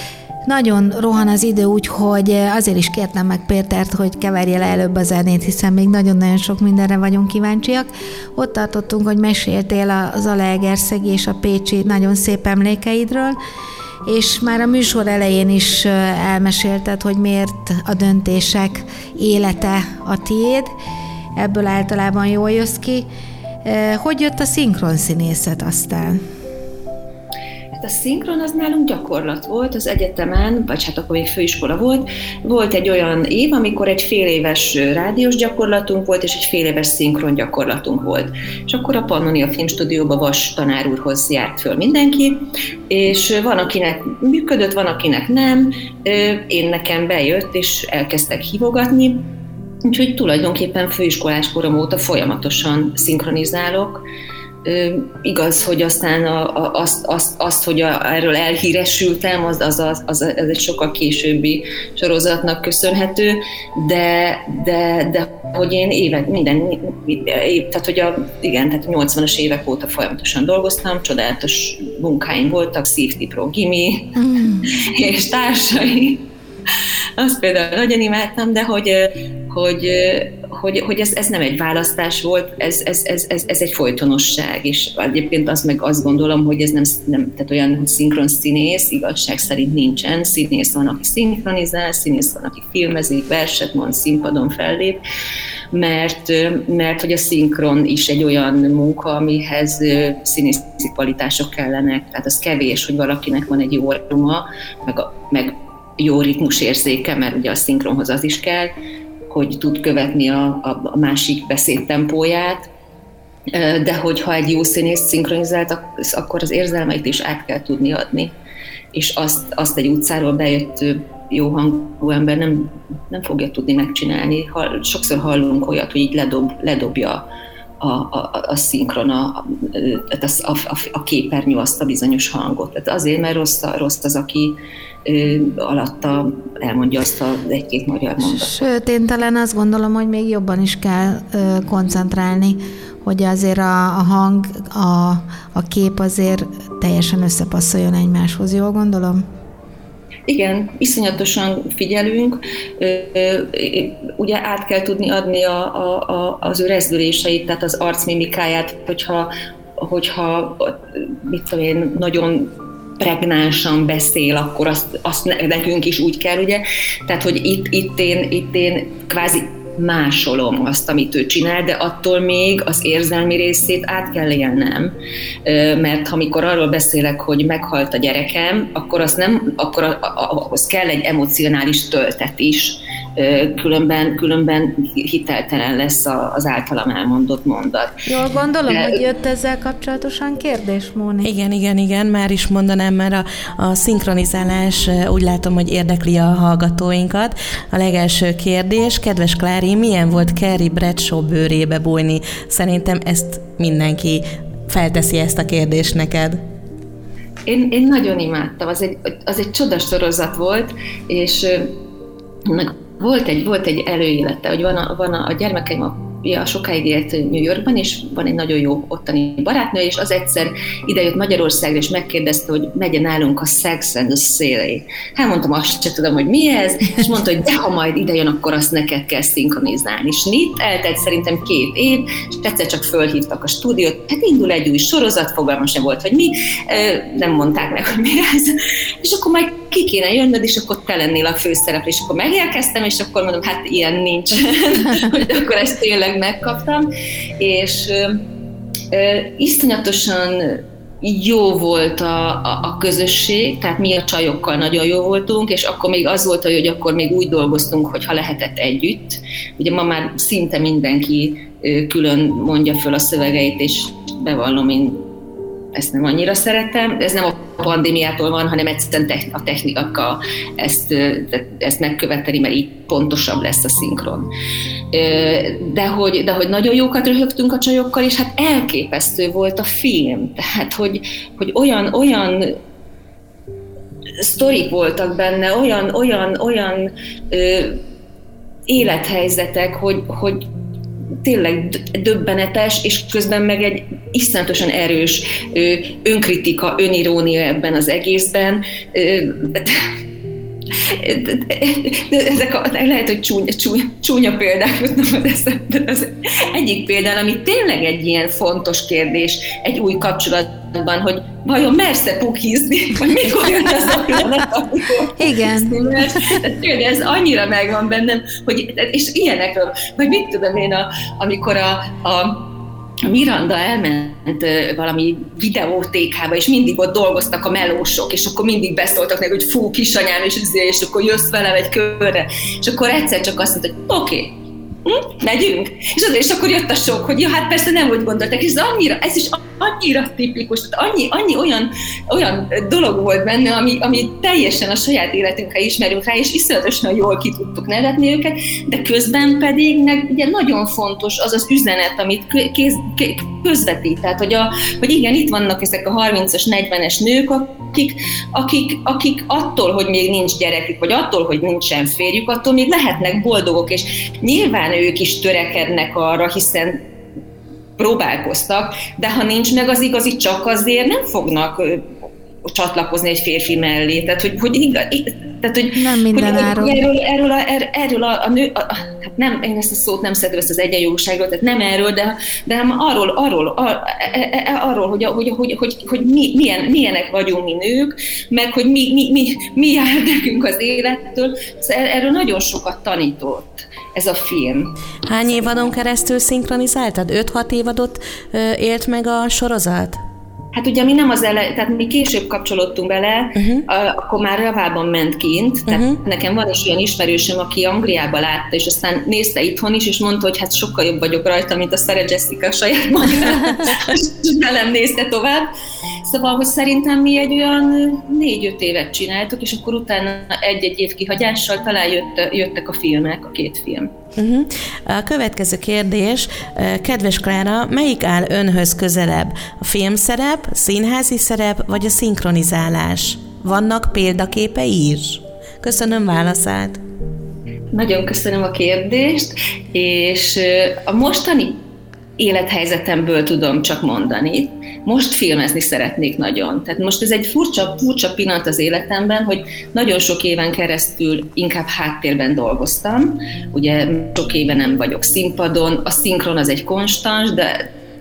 S2: Nagyon rohan az idő, úgyhogy azért is kértem meg Pétert, hogy keverje le előbb a zenét, hiszen még nagyon-nagyon sok mindenre vagyunk kíváncsiak. Ott tartottunk, hogy meséltél a Zalaegerszegi és a pécsi nagyon szép emlékeidről, és már a műsor elején is elmesélted, hogy miért a döntések élete a tiéd. Ebből általában jól jössz ki. Hogy jött a szinkronszínészet aztán?
S3: A szinkron az nálunk gyakorlat volt az egyetemen, vagy hát akkor még főiskola volt. Volt egy olyan év, amikor egy fél éves rádiós gyakorlatunk volt, és egy fél éves szinkron gyakorlatunk volt. És akkor a Pannonia Filmstúdióba Vas tanár úrhoz járt föl mindenki, és van, akinek működött, van, akinek nem. Én nekem bejött, és elkezdtek hívogatni. Úgyhogy tulajdonképpen főiskolás korom óta folyamatosan szinkronizálok. Igaz, hogy aztán a, a, azt, azt, azt, hogy a, erről elhíresültem, az, az, az, az, az egy sokkal későbbi sorozatnak köszönhető, de, de, de hogy én évek, minden, év, tehát hogy a, igen, tehát a nyolcvanas évek óta folyamatosan dolgoztam, csodálatos munkáim voltak, Szívtipró Gimi mm. és társai. Azt például nagyon imádtam, de hogy, hogy, hogy, hogy ez, ez nem egy választás volt, ez, ez, ez, ez, ez egy folytonosság, és egyébként azt meg azt gondolom, hogy ez nem, nem tehát olyan, hogy szinkron színész, igazság szerint nincsen, színész van, aki szinkronizál, színész van, aki filmezik, verset mond, színpadon fellép, mert, mert hogy a szinkron is egy olyan munka, amihez színészi kvalitások kellenek, tehát az kevés, hogy valakinek van egy jó aroma, meg, a, meg jó ritmusérzéke, mert ugye a szinkronhoz az is kell, hogy tud követni a, a, a másik beszédtempóját, de hogyha egy jó színész szinkronizált, akkor az érzelmeit is át kell tudni adni. És azt, azt egy utcáról bejött jó hangú ember nem, nem fogja tudni megcsinálni. Sokszor hallunk olyat, hogy így ledob, ledobja a, a, a szinkron, a, a, a, a képernyő azt a bizonyos hangot. Tehát azért, mert rossz, rossz az, aki ő, alatta elmondja azt az egy-két magyar mondatot.
S2: Sőt, én talán azt gondolom, hogy még jobban is kell ö, koncentrálni, hogy azért a, a hang, a, a kép azért teljesen összepasszoljon egymáshoz, jól gondolom?
S3: Igen, iszonyatosan figyelünk, ugye át kell tudni adni a, a, az ő rezdüléseit, tehát az arcmimikáját, hogyha, hogyha mit tudom én, nagyon pregnánsan beszél, akkor azt, azt nekünk is úgy kell, ugye? Tehát, hogy itt, itt, én, itt én kvázi másolom azt, amit ő csinál, de attól még az érzelmi részét át kell élnem. Mert amikor arról beszélek, hogy meghalt a gyerekem, akkor az nem, akkor ahhoz kell egy emocionális töltet is. különben, különben hiteltelen lesz az általam elmondott mondat.
S2: Jól gondolom, De... hogy jött ezzel kapcsolatosan kérdés, Móni?
S4: Igen, igen, igen, már is mondanám, mert a, a szinkronizálás úgy látom, hogy érdekli a hallgatóinkat. A legelső kérdés, kedves Klári, milyen volt Carrie Bradshaw bőrébe bújni? Szerintem ezt mindenki felteszi ezt a kérdést neked.
S3: Én, én nagyon imádtam, az egy, az egy csoda sorozat volt, és volt egy, volt egy előélete, hogy van a, van a, a gyermekeim a Ja, sokáig élt New Yorkban, és van egy nagyon jó ottani barátnő, és az egyszer idejött Magyarországra, és megkérdezte, hogy megye nálunk a Sex and the City. Hát mondtam, azt sem tudom, hogy mi ez, és mondta, hogy de ha majd idejön, akkor azt neked kell szinkronizálni. És itt eltelt szerintem két év, és egyszer csak fölhívtak a stúdiót, hát indul egy új sorozat, fogalma sem volt, hogy mi, nem mondták meg, hogy mi ez. És akkor majd ki kéne jönnöd, és akkor te lennél a főszereplő, és akkor megérkeztem, és akkor mondom, hát ilyen nincs, hogy akkor ezt tényleg megkaptam, és ö, ö, iszonyatosan jó volt a, a, a közösség, tehát mi a csajokkal nagyon jó voltunk, és akkor még az volt, hogy akkor még úgy dolgoztunk, hogy ha lehetett együtt. Ugye ma már szinte mindenki ö, külön mondja föl a szövegeit, és bevallom, én ezt nem annyira szeretem. Ez nem a pandémiától van, hanem egyszerűen a technika ezt, ezt megköveteli, mert így pontosabb lesz a szinkron. De hogy, de hogy nagyon jókat röhögtünk a csajokkal, és hát elképesztő volt a film. Tehát, hogy, hogy olyan, olyan sztorik voltak benne, olyan, olyan, olyan ö, élethelyzetek, hogy, hogy tényleg döbbenetes, és közben meg egy iszonyatosan erős ö, önkritika, önirónia ebben az egészben. Ö, de ezek a, lehet, hogy csúnya, csúnya, csúnya példák jutnak az eszembe. Az egyik példán, ami tényleg egy ilyen fontos kérdés egy új kapcsolatban, hogy vajon mersz-e pukizni, vagy mikor jön az a pillanat, amikor
S2: igen.
S3: Tényleg ez annyira megvan bennem, hogy, és ilyenekről, vagy mit tudom én, a, amikor a, a Miranda elment valami videótékába, és mindig ott dolgoztak a melósok, és akkor mindig beszóltak neki, hogy fú, kisanyám, és, és akkor jössz velem egy körre. És akkor egyszer csak azt mondta, hogy oké, okay, hm, megyünk. És, az, és akkor jött a sok, hogy ja, hát persze nem úgy gondoltak, és ez, annyira, ez is annyira tipikus, annyi, annyi olyan, olyan dolog volt benne, ami, ami teljesen a saját életünkre ismerünk rá, és iszonyatosan jól ki tudtuk nevetni őket, de közben pedig meg ugye nagyon fontos az az üzenet, amit kéz, közvetít. Tehát, hogy, a, hogy igen, itt vannak ezek a harmincas, negyvenes nők, akik, akik, akik attól, hogy még nincs gyerekük, vagy attól, hogy nincsen férjük, attól még lehetnek boldogok, és nyilván ők is törekednek arra, hiszen próbálkoztak, de ha nincs meg az igazi, csak azért nem fognak ö, csatlakozni egy férfi mellé. Tehát, hogy, hogy, igaz, tehát, hogy
S2: nem minden
S3: hogy,
S2: áron.
S3: Erről, erről, a, erről a, a nő, a, a, hát nem, én ezt a szót nem szeretem, ezt az egyenjogúságról, tehát nem erről, de, de arról, arról, ar, arról hogy, hogy, hogy, hogy, hogy mi, milyen, milyenek vagyunk mi nők, meg hogy mi, mi, mi, mi jár nekünk az élettől. Erről nagyon sokat tanított ez a film.
S4: Hány évadon keresztül szinkronizáltad? öt-hat évadot ö, élt meg a sorozat?
S3: Hát ugye mi nem az ele, tehát mi később kapcsolódtunk bele, uh-huh. akkor már javában ment kint, tehát uh-huh. nekem van is olyan ismerősöm, aki Angliába látta, és aztán nézte itthon is, és mondta, hogy hát sokkal jobb vagyok rajta, mint a Sarah Jessica saját magát, és velem nézte tovább. Szóval, hogy szerintem mi egy olyan négy-öt évet csináltuk, és akkor utána egy-egy év kihagyással talán jött, jöttek a filmek, a két film.
S4: Uh-huh. A következő kérdés, kedves Klára, melyik áll önhöz közelebb? A filmszerep, a színházi szerep, vagy a szinkronizálás? Vannak példaképei is? Köszönöm válaszát.
S3: Nagyon köszönöm a kérdést, és a mostani élethelyzetemből tudom csak mondani. Most filmezni szeretnék nagyon. Tehát most ez egy furcsa, furcsa pillanat az életemben, hogy nagyon sok éven keresztül inkább háttérben dolgoztam. Ugye sok éve nem vagyok színpadon, a szinkron az egy konstans, de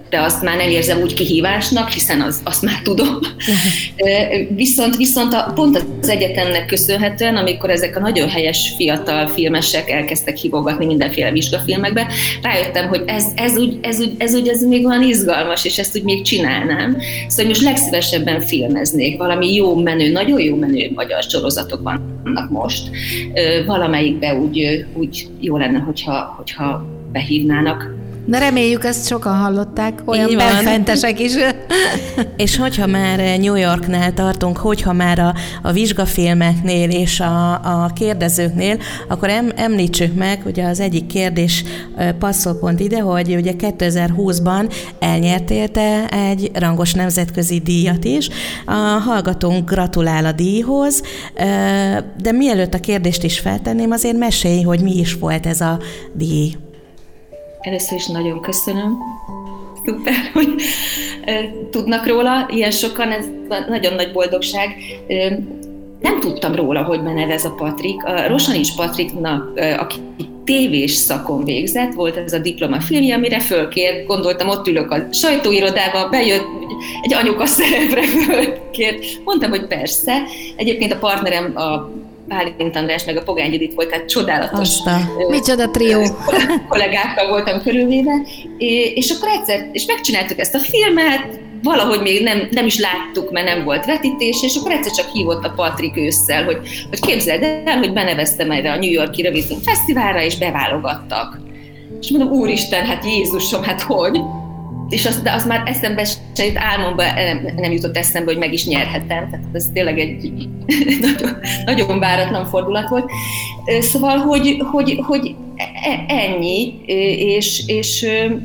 S3: de azt már nem érzem úgy kihívásnak, hiszen az, azt már tudom. viszont viszont a, pont az egyetemnek köszönhetően, amikor ezek a nagyon helyes fiatal filmesek elkezdtek hívogatni mindenféle vizsgafilmekbe, rájöttem, hogy ez, ez, úgy, ez, úgy, ez úgy ez még olyan izgalmas, és ezt úgy még csinálnám. Szóval most legszívesebben filmeznék, valami jó menő, nagyon jó menő magyar sorozatok vannak most. Valamelyikbe úgy, úgy jó lenne, hogyha, hogyha behívnának.
S2: De reméljük, ezt sokan hallották, olyan benfentesek is.
S4: És hogyha már New Yorknál tartunk, hogyha már a, a vizsgafilmeknél és a, a kérdezőknél, akkor em, említsük meg, ugye az egyik kérdés passzol pont ide, hogy ugye kétezer-húszban elnyertél te egy rangos nemzetközi díjat is. A hallgatónk gratulál a díjhoz, de mielőtt a kérdést is feltenném, azért mesélj, hogy mi is volt ez a díj.
S3: Először is nagyon köszönöm. Szuper, hogy tudnak róla, ilyen sokan, ez nagyon nagy boldogság. Nem tudtam róla, hogy benevez a Patrik. A Rosanics Patriknak, aki tévés szakon végzett, volt ez a diplomafilmje, amire fölkért, gondoltam, ott ülök a sajtóirodába, bejött egy anyuka szerepre fölkért. Mondtam, hogy persze. Egyébként a partnerem a Bálint András meg a Pogány Judit volt, tehát csodálatos.
S2: Aztán. Micsoda trió.
S3: Kollégákkal voltam körülvéve, és akkor egyszer, és megcsináltuk ezt a filmet, valahogy még nem, nem is láttuk, mert nem volt vetítés, és akkor egyszer csak hívott a Patrik ősszel, hogy, hogy képzeld el, hogy beneveztem erre a New York-i Rövidfilm Fesztiválra, és beválogattak. És mondom, úristen, hát Jézusom, hát hogy? És az, de az már eszembe se jut, álmomba nem, nem jutott eszembe, hogy meg is nyerhetem. Tehát ez tényleg egy nagyon, nagyon váratlan fordulat volt. Szóval, hogy, hogy, hogy ennyi, és, és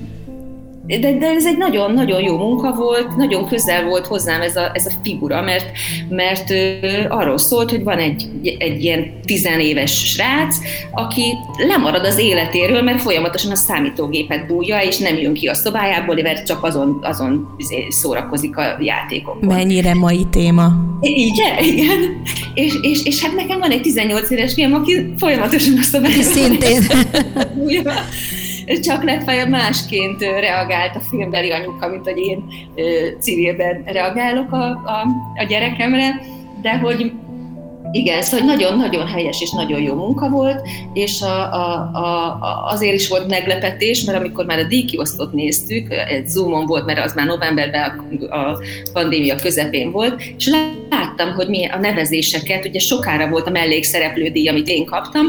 S3: de, de ez egy nagyon-nagyon jó munka volt, nagyon közel volt hozzám ez a, ez a figura, mert, mert arról szólt, hogy van egy, egy ilyen tizenéves srác, aki lemarad az életéről, mert folyamatosan a számítógépet bújja, és nem jön ki a szobájából, mert csak azon, azon szórakozik a játékokon.
S4: Mennyire mai téma.
S3: Igen, igen. És, és, és hát nekem van egy tizennyolc éves fiam, aki folyamatosan a szobájából
S2: szintén
S3: bújja. Csak legfeljebb másként reagált a filmbeli anyuka, mint hogy én civilben reagálok a, a, a gyerekemre, de hogy igen, szóval nagyon-nagyon helyes és nagyon jó munka volt, és a, a, a, azért is volt meglepetés, mert amikor már a díjkiosztót néztük, egy Zoomon volt, mert az már novemberben a, a pandémia közepén volt, és láttam, hogy mi a nevezéseket, ugye sokára volt a mellékszereplő díj, amit én kaptam,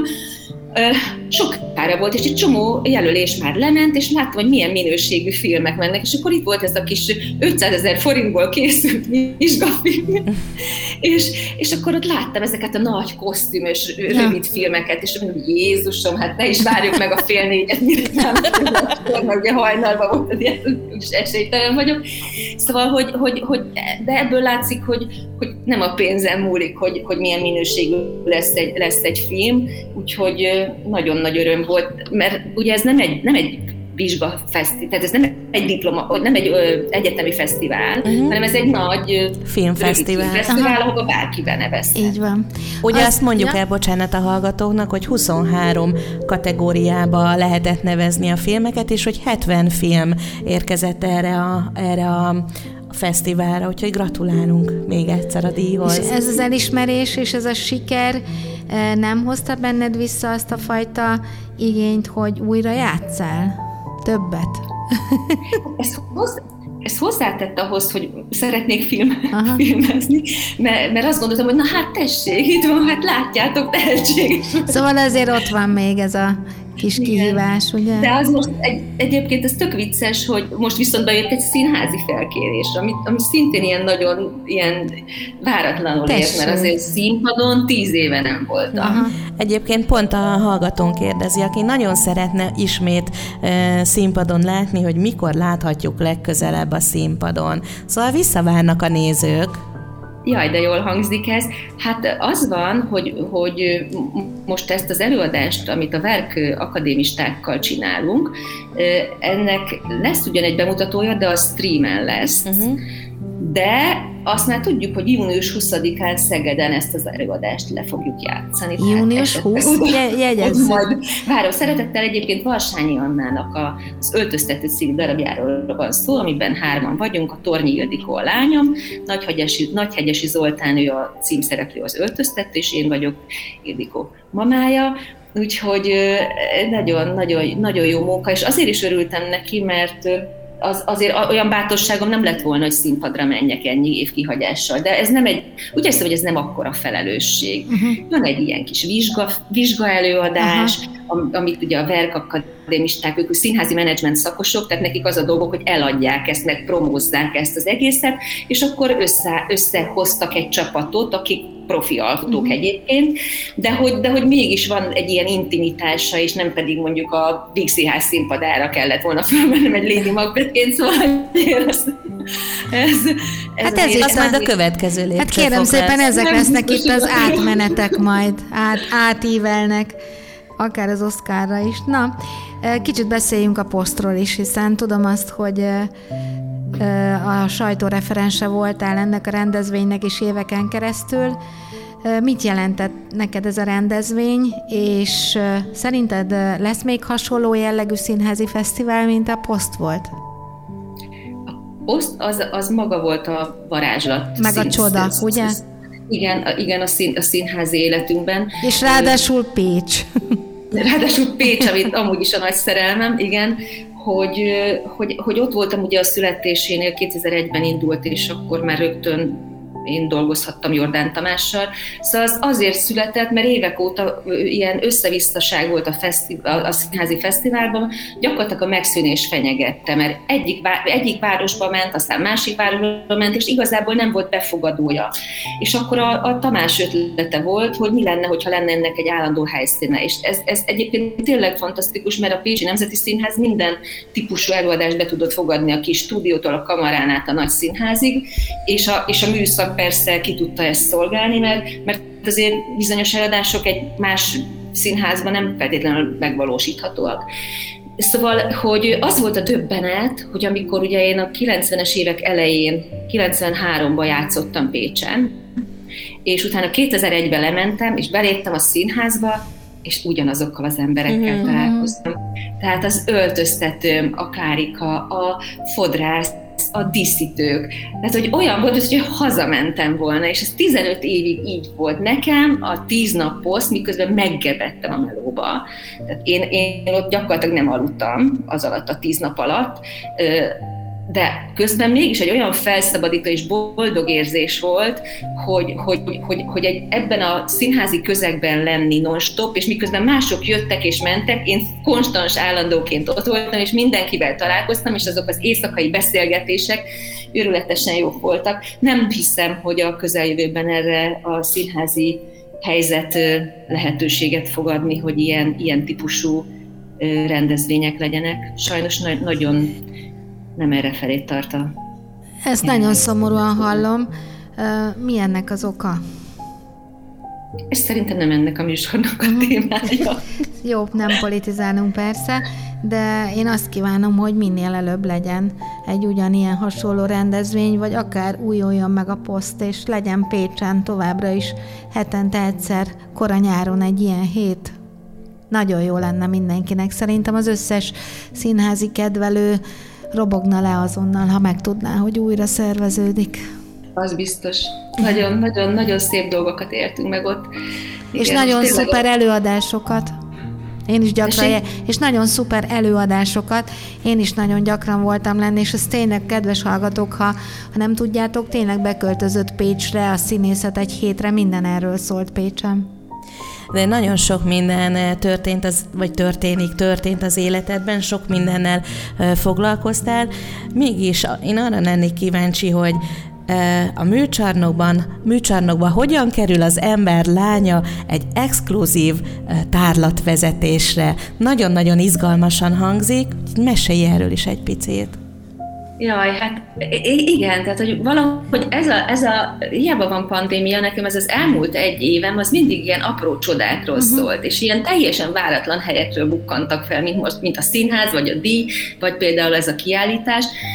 S3: sokára volt, és egy csomó jelölés már lement, és láttam, hogy milyen minőségű filmek mennek, és akkor itt volt ez a kis ötszázezer forintból készült vizsgafilm, és, és akkor ott láttam ezeket a nagy kosztümös rövid filmeket, és mondom, Jézusom, hát ne is várjuk meg a fél négyet, mire nem mert ugye hajnalban volt, és esélytelen vagyok. Szóval, hogy, hogy, hogy, de ebből látszik, hogy, hogy nem a pénzem múlik, hogy, hogy milyen minőségű lesz egy, lesz egy film, úgyhogy nagyon nagy öröm volt, mert ugye ez nem egy, nem egy vizsgafesztivál, tehát ez nem egy diploma, nem egy ö, egyetemi fesztivál, uh-huh. hanem ez egy nagy
S4: filmfesztivál,
S3: filmfesztivál, ahova bárki benevezhet.
S2: Így van.
S4: Ugye azt, azt mondjuk ja. el, bocsánat a hallgatóknak, hogy huszonhárom kategóriába lehetett nevezni a filmeket, és hogy hetven film érkezett erre a, erre a fesztiválra, úgyhogy gratulálunk még egyszer a díjhoz.
S2: És ez az elismerés és ez a siker nem hozta benned vissza azt a fajta igényt, hogy újra játsszál? Többet?
S3: Ez, hozz, ez hozzátett ahhoz, hogy szeretnék film, filmezni, mert, mert azt gondoltam, hogy na hát tessék, itt van, hát látjátok, tehetséges.
S2: Szóval azért ott van még ez a kis kihívás, ugye?
S3: De az most egy, egyébként ez tök vicces, hogy most viszont bejött egy színházi felkérés, ami, ami szintén ilyen nagyon ilyen váratlanul ért, mert azért színpadon tíz éve nem voltam. Aha.
S4: Egyébként pont a hallgatón kérdezi, aki nagyon szeretne ismét e, színpadon látni, hogy mikor láthatjuk legközelebb a színpadon. Szóval visszavárnak a nézők.
S3: Jaj, de jól hangzik ez. Hát az van, hogy, hogy most ezt az előadást, amit a Verk akadémistákkal csinálunk, ennek lesz ugyan egy bemutatója, de a streamen lesz. Uh-huh. de azt már tudjuk, hogy június huszadikán Szegeden ezt az előadást le fogjuk játszani.
S2: június huszadika jegyezzük.
S3: Majd várom szeretettel. Egyébként Varsányi Annának az Öltöztető című darabjáról van szó, amiben hárman vagyunk, a Tornyi Ildikó a lányom, Nagyhegyesi, Nagyhegyesi Zoltán, ő a címszereplő, az öltöztető, és én vagyok Ildikó mamája. Úgyhogy nagyon, nagyon, nagyon jó munka, és azért is örültem neki, mert az, azért olyan bátorságom nem lett volna, hogy színpadra menjek ennyi év kihagyással, de ez nem egy, úgy érzem, hogy ez nem akkora felelősség. Uh-huh. Van egy ilyen kis vizsga, vizsga előadás, uh-huh. amit ugye a Verk akadémisták, ők színházi menedzsment szakosok, tehát nekik az a dolgok, hogy eladják ezt, meg promózzák ezt az egészet, és akkor össze, összehoztak egy csapatot, akik profi alkotók uh-huh. egyébként, de hogy, de hogy mégis van egy ilyen intimitása, és nem pedig mondjuk a Víg Színház színpadára kellett volna felmennem egy Lady Macbethként, szóval ez, ez, ez
S4: hát ez itt majd a következő lépcsőfok.
S2: Hát kérem szépen, ezek lesznek itt az átmenetek majd, át, átívelnek, akár az Oscarra is. Na, kicsit beszéljünk a posztról is, hiszen tudom azt, hogy a sajtóreferense voltál ennek a rendezvénynek is éveken keresztül. Mit jelentett neked ez a rendezvény, és szerinted lesz még hasonló jellegű színházi fesztivál, mint a Poszt volt?
S3: A Poszt az, az maga volt a varázslat.
S2: Meg a csoda, ugye?
S3: Igen, igen a, szín, a színházi életünkben.
S2: És ráadásul Pécs.
S3: Ráadásul Pécs, amit amúgy is a nagy szerelmem, igen, hogy, hogy, hogy ott voltam ugye a születésénél, kétezer-egyben indult, és akkor már rögtön én dolgozhattam Jordán Tamással. Szóval az azért született, mert évek óta ilyen összevisszaság volt a, fesztivál, a színházi fesztiválban, gyakorlatilag a megszűnés fenyegette, mert egyik, egyik városba ment, aztán másik városba ment, és igazából nem volt befogadója. És akkor a, a Tamás ötlete volt, hogy mi lenne, hogyha lenne ennek egy állandó helyszíne. És ez, ez egyébként tényleg fantasztikus, mert a Pécsi Nemzeti Színház minden típusú előadást be tudott fogadni, a kis stúdiótól, a kamarán át a nagy színházig, és a, és a műszak persze ki tudta ezt szolgálni, mert, mert azért bizonyos előadások egy más színházban nem feltétlenül megvalósíthatóak. Szóval, hogy az volt a döbbenet, hogy amikor ugye én a kilencvenes évek elején, kilencvenháromban játszottam Pécsen, és utána kétezer-egyben lementem, és beléptem a színházba, és ugyanazokkal az emberekkel mm-hmm. találkoztam. Tehát az öltöztetőm, a Klárika, a fodrász, a díszítők. Tehát, hogy olyan volt, hogy hazamentem volna, és ez tizenöt évig így volt nekem, a tíz nap poszt, miközben meggebettem a melóba. Tehát én, én ott gyakorlatilag nem aludtam az alatt a tíz nap alatt, de közben mégis egy olyan felszabadító és boldog érzés volt, hogy, hogy, hogy, hogy egy, ebben a színházi közegben lenni non-stop, és miközben mások jöttek és mentek, én konstans állandóként ott voltam, és mindenkivel találkoztam, és azok az éjszakai beszélgetések őrületesen jók voltak. Nem hiszem, hogy a közeljövőben erre a színházi helyzet lehetőséget fog adni, hogy ilyen, ilyen típusú rendezvények legyenek. Sajnos na- nagyon nem erre felé tart a...
S2: Ezt nagyon szomorúan hallom. Mi ennek az oka?
S3: És szerintem nem ennek a műsornak a témája.
S2: Jó, nem politizálunk persze, de én azt kívánom, hogy minél előbb legyen egy ugyanilyen hasonló rendezvény, vagy akár újuljon meg a Poszt, és legyen Pécsen továbbra is hetente egyszer, kora nyáron egy ilyen hét. Nagyon jó lenne mindenkinek. Szerintem az összes színházi kedvelő robogna le azonnal, ha megtudná, hogy újra szerveződik.
S3: Az biztos. Nagyon, nagyon, nagyon szép dolgokat éltünk meg ott.
S2: És igen, nagyon szuper előadásokat. Én is gyakran, és, és nagyon szuper előadásokat. Én is nagyon gyakran voltam lenni, és ez tényleg, kedves hallgatók, ha, ha nem tudjátok, tényleg beköltözött Pécsre, a színészet egy hétre, minden erről szólt Pécsen.
S4: De nagyon sok minden történt, az, vagy történik, történt az életedben, sok mindennel foglalkoztál. Mégis én arra lennék kíváncsi, hogy a műcsarnokban, műcsarnokban hogyan kerül az ember lánya egy exkluzív tárlatvezetésre. Nagyon-nagyon izgalmasan hangzik, mesélj erről is egy picit.
S3: Jaj, hát igen, tehát hogy valahogy ez a, ez a hiába van pandémia, nekem ez az elmúlt egy évem, az mindig ilyen apró csodákról uh-huh. szólt, és ilyen teljesen váratlan helyekről bukkantak fel, mint most, mint a színház, vagy a díj, vagy például ez a kiállítás,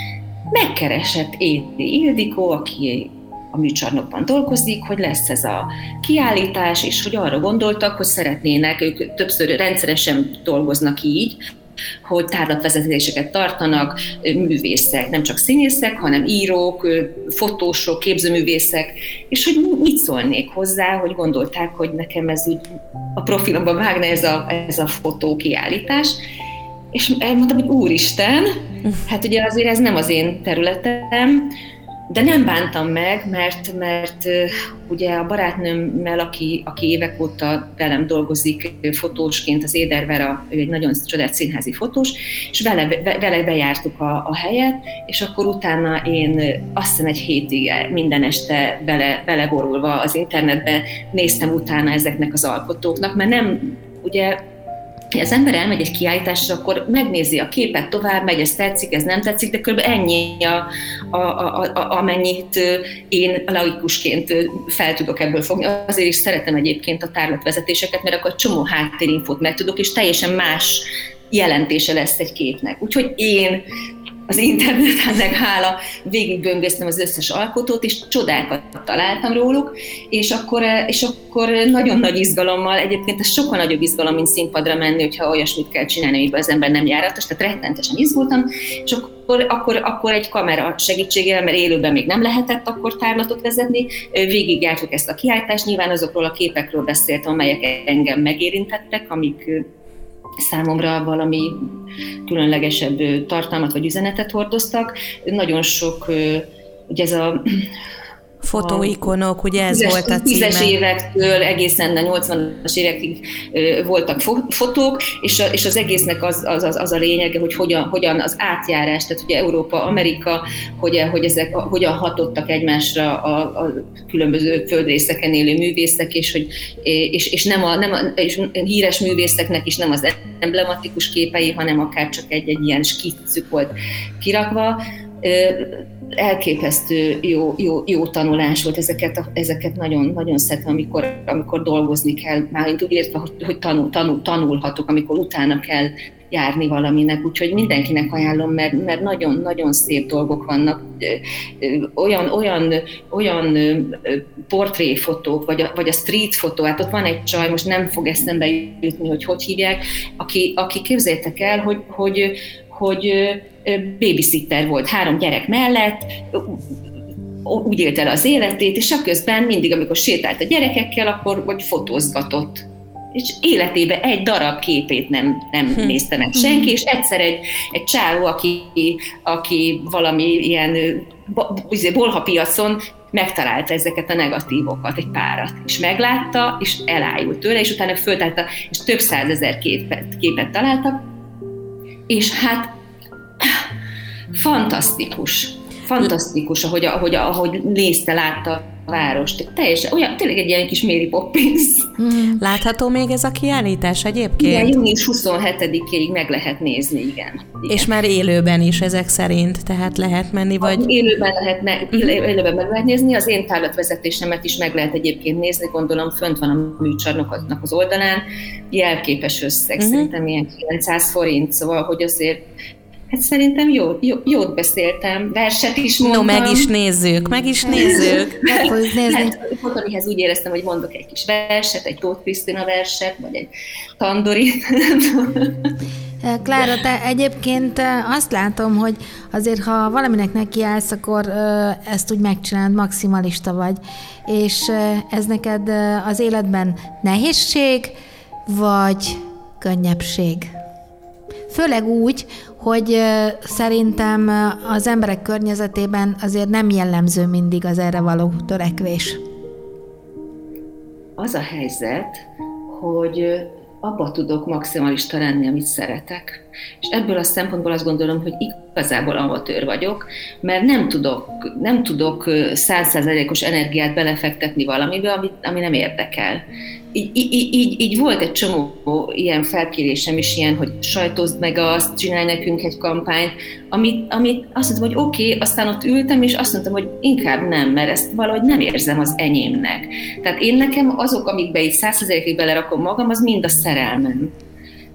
S3: megkeresett Édi Ildikó, aki a műcsarnokban dolgozik, hogy lesz ez a kiállítás, és hogy arra gondoltak, hogy szeretnének, ők többször rendszeresen dolgoznak így, hogy tárlatvezetéseket tartanak, művészek, nem csak színészek, hanem írók, fotósok, képzőművészek, és hogy mit szólnék hozzá, hogy gondolták, hogy nekem ez úgy a profilomban vágna ez a, ez a fotókiállítás. És mondtam, hogy úristen, hát ugye azért ez nem az én területem, de nem bántam meg, mert, mert ugye a barátnőmmel, aki, aki évek óta velem dolgozik fotósként, az Éder Vera, ő egy nagyon csodás színházi fotós, és vele, vele bejártuk a, a helyet, és akkor utána én azt hiszem egy hétig minden este bele, beleborulva az internetbe néztem utána ezeknek az alkotóknak, mert nem, ugye, az ember elmegy egy kiállításra, akkor megnézi a képet tovább, megy, ez tetszik, ez nem tetszik, de kb. Ennyi, a, a, a, a, amennyit én laikusként fel tudok ebből fogni. Azért is szeretem egyébként a tárlatvezetéseket, mert akkor csomó háttérinfót megtudok, és teljesen más jelentése lesz egy képnek. Úgyhogy én az internetennek hála végigböngésztem az összes alkotót, és csodákat találtam róluk, és akkor, és akkor nagyon nagy izgalommal, egyébként ez sokkal nagyobb izgalom, mint színpadra menni, hogyha olyasmit kell csinálni, amiben az ember nem járatos, tehát rettentesen izgultam, és akkor, akkor, akkor egy kamera segítségével, mert élőben még nem lehetett akkor tárlatot vezetni, végigjártuk ezt a kiállítást, nyilván azokról a képekről beszéltem, amelyek engem megérintettek, amik számomra valami különlegesebb tartalmat vagy üzenetet hordoztak. Nagyon sok, ugye ez a
S4: fotóikonok, ugye ez tízes, volt a címe.
S3: Tízes évektől egészen a nyolcvanas évekig voltak fotók, és, a, és az egésznek az, az, az, az a lényege, hogy hogyan, hogyan az átjárás, tehát ugye Európa, Amerika, hogy, hogy ezek hogyan hatottak egymásra a, a különböző földrészeken élő művészek, és, hogy, és, és, nem a, nem a és híres művészeknek is nem az emblematikus képei, hanem akár csak egy, egy ilyen skiccük volt kirakva. Elképesztő jó, jó, jó tanulás volt, ezeket, ezeket nagyon, nagyon szeretem, amikor, amikor dolgozni kell, mármint úgy értve, hogy, hogy tanul, tanul, tanulhatok, amikor utána kell járni valaminek, úgyhogy mindenkinek ajánlom, mert, mert nagyon, nagyon szép dolgok vannak, olyan, olyan, olyan portréfotók, vagy a, vagy a street fotó, hát ott van egy csaj, most nem fog eszembe jutni, hogy hogy hívják, aki, aki képzeljétek el, hogy, hogy, hogy babysitter volt három gyerek mellett, úgy élte el az életét, és akközben mindig, amikor sétált a gyerekekkel, akkor vagy fotózgatott. És életében egy darab képét nem, nem hm. nézte meg senki, és egyszer egy, egy csávó, aki, aki valami ilyen bolhapiacon megtalálta ezeket a negatívokat, egy párat, és meglátta, és elájult tőle, és utána föltálta, és több százezer képet, képet találtak, és hát fantasztikus, fantasztikus, ahogy, ahogy, ahogy nézte, látta a várost. Teljesen, olyan, tényleg egy ilyen kis Mary Poppins.
S4: Hmm. Látható még ez a kiállítás egyébként?
S3: Igen, június huszonhetedikéig meg lehet nézni, igen. igen.
S4: És már élőben is ezek szerint, tehát lehet menni, vagy...
S3: Élőben lehet, me- élőben meg lehet nézni, az én tárlatvezetésemet is meg lehet egyébként nézni, gondolom fönt van a műcsarnoknak az oldalán, jelképes összeg, uh-huh. szerintem ilyen kilencszáz forint, szóval, hogy azért hát szerintem jó, jó, jót beszéltem, verset is mondtam.
S4: No, meg is nézzük, meg is nézzük.
S2: Meg fogjuk nézni.
S3: Hát, amihez úgy éreztem, hogy mondok egy kis verset, egy Tóth Krisztina verset, vagy egy Tandorit.
S2: Klára, te egyébként azt látom, hogy azért, ha valaminek nekiállsz, akkor ezt úgy megcsinálod, maximalista vagy. És ez neked az életben nehézség, vagy könnyebbség? Főleg úgy, hogy szerintem az emberek környezetében azért nem jellemző mindig az erre való törekvés.
S3: Az a helyzet, hogy abba tudok maximalista lenni, amit szeretek. És ebből a szempontból azt gondolom, hogy igazából amatőr vagyok, mert nem tudok, nem tudok száz százalékos energiát belefektetni valamibe, ami, ami nem érdekel. Így, így, így, így volt egy csomó ilyen felkérésem is, ilyen, hogy sajtózd meg azt, csinálj nekünk egy kampányt, amit, amit azt mondtam, hogy oké, okay, aztán ott ültem, és azt mondtam, hogy inkább nem, mert ezt valahogy nem érzem az enyémnek. Tehát én nekem azok, amikbe így száz százalékig belerakom magam, az mind a szerelmem.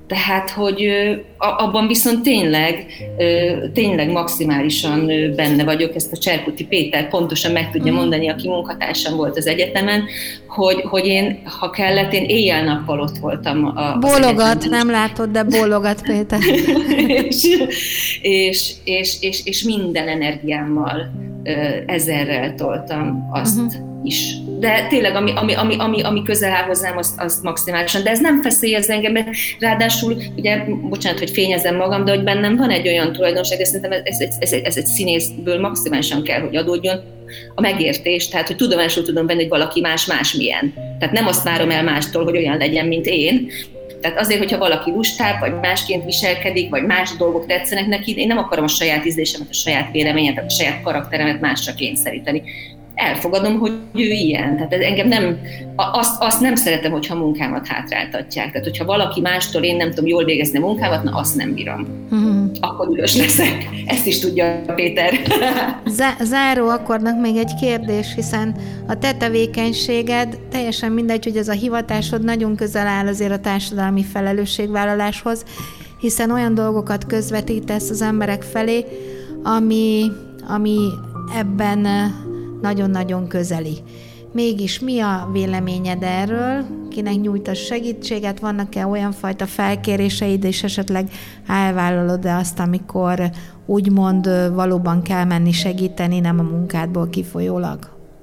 S3: Tehát, hogy abban viszont tényleg, tényleg maximálisan benne vagyok, ezt a Cserkuti Péter pontosan meg tudja mondani, aki munkatársam volt az egyetemen, hogy, hogy én, ha kellett, én éjjel-nappal ott voltam. A,
S2: bólogat, nem látod, de bólogat Péter.
S3: és, és, és, és, és minden energiámmal ezerrel toltam azt uh-huh. is. De tényleg, ami, ami, ami, ami, ami közel áll hozzám, azt, azt maximálisan. De ez nem feszélyez engem, mert ráadásul, ugye, bocsánat, hogy fényezem magam, de hogy bennem van egy olyan tulajdonság, de szerintem ez, ez, ez, ez egy színészből maximálisan kell, hogy adódjon a megértés, tehát, hogy tudomásul tudom venni, hogy valaki más más milyen. Tehát nem azt várom el mástól, hogy olyan legyen, mint én. Tehát azért, hogyha valaki lustább, vagy másként viselkedik, vagy más dolgok tetszenek neki, én nem akarom a saját ízlésemet, a saját véleményet, a saját karakteremet másra kényszeríteni. Elfogadom, hogy ő ilyen. Tehát engem nem, azt, azt nem szeretem, hogyha a munkámat hátráltatják. Tehát, hogyha valaki mástól én nem tudom jól végezni a munkámat, na azt nem bírom. Mm. Akkor üdös leszek. Ezt is tudja Péter.
S2: Záró akkornak még egy kérdés, hiszen a te tevékenységed, teljesen mindegy, hogy ez a hivatásod nagyon közel áll azért a társadalmi felelősségvállaláshoz, hiszen olyan dolgokat közvetítesz az emberek felé, ami, ami ebben nagyon-nagyon közeli. Mégis mi a véleményed erről? Kinek nyújtasz segítséget? Vannak-e olyan fajta felkéréseid, és esetleg elvállalod-e azt, amikor úgymond valóban kell menni segíteni, nem a munkádból kifolyólag?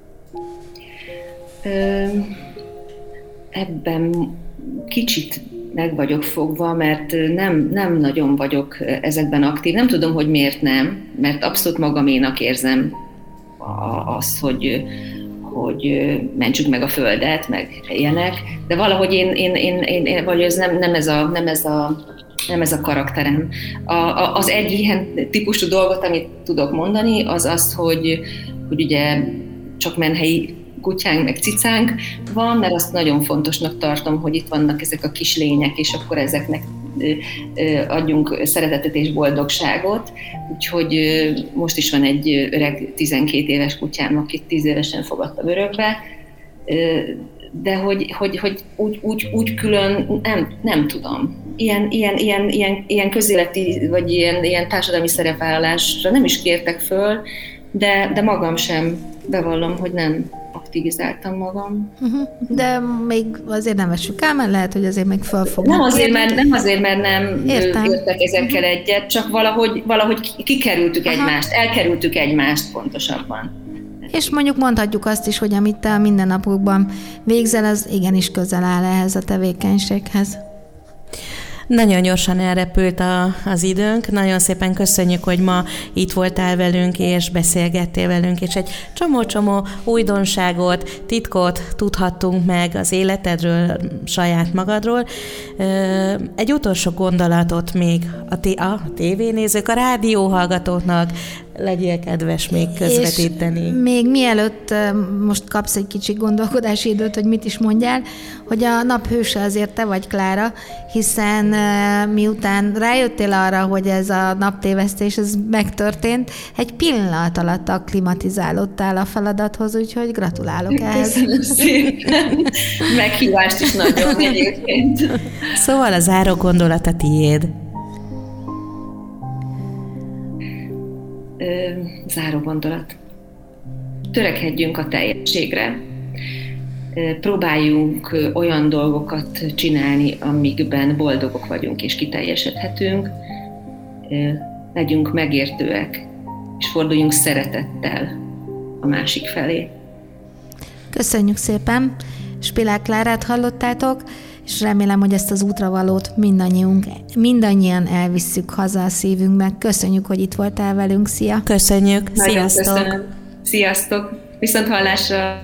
S3: Ö, ebben kicsit meg vagyok fogva, mert nem, nem nagyon vagyok ezekben aktív. Nem tudom, hogy miért nem, mert abszolút magaménak érzem az, hogy, hogy mentsük meg a földet, meg ilyenek, de valahogy én, én, én, én vagy ez nem, nem, ez a, nem, ez a, nem ez a karakterem. A, a, az egy ilyen típusú dolgot, amit tudok mondani, az az, hogy, hogy ugye csak menhelyi kutyánk, meg cicánk van, mert azt nagyon fontosnak tartom, hogy itt vannak ezek a kis lények, és akkor ezeknek adjunk szeretetet és boldogságot. Úgyhogy most is van egy öreg tizenkét éves kutyám, akit tíz évesen fogadtam örökbe, de hogy, hogy, hogy úgy, úgy, úgy külön nem, nem tudom. Ilyen, ilyen, ilyen, ilyen, ilyen közéleti vagy ilyen, ilyen társadalmi szerepvállalásra nem is kértek föl, de, de magam sem bevallom, hogy nem aktivizáltam magam.
S2: Uh-huh. De még azért nem vessük el, mert lehet, hogy azért még föl fognak.
S3: Nem azért, mert nem, azért, mert nem jöttek ezekkel uh-huh. egyet, csak valahogy, valahogy kikerültük uh-huh. egymást, elkerültük egymást pontosabban.
S2: És mondjuk mondhatjuk azt is, hogy amit te a mindennapokban végzel, az igenis közel áll ehhez a tevékenységhez.
S4: Nagyon gyorsan elrepült a, az időnk, nagyon szépen köszönjük, hogy ma itt voltál velünk, és beszélgettél velünk, és egy csomó-csomó újdonságot, titkot tudhattunk meg az életedről, saját magadról. Egy utolsó gondolatot még a, té- a tévénézők, a rádióhallgatóknak legyél kedves még közvetíteni.
S2: És még mielőtt most kapsz egy kicsi gondolkodási időt, hogy mit is mondjál, hogy a nap hőse azért te vagy, Klára, hiszen miután rájöttél arra, hogy ez a naptévesztés ez megtörtént, egy pillanat alatt akklimatizálódtál a feladathoz, úgyhogy gratulálok ehhez.
S3: Köszönöm szépen. Meghívást is nagyon egyébként.
S4: Szóval a záró gondolat a tiéd.
S3: Záró gondolat. Törekedjünk a teljességre. Próbáljunk olyan dolgokat csinálni, amikben boldogok vagyunk és kiteljesedhetünk. Legyünk megértőek, és forduljunk szeretettel a másik felé.
S2: Köszönjük szépen! Spilák Klárát hallottátok, és remélem, hogy ezt az útravalót mindannyiunk, mindannyian elvisszük haza a szívünkbe. Köszönjük, hogy itt voltál velünk. Szia!
S4: Köszönjük!
S3: Nagyon
S4: Sziasztok!
S3: Köszönöm. Sziasztok! Viszont hallásra!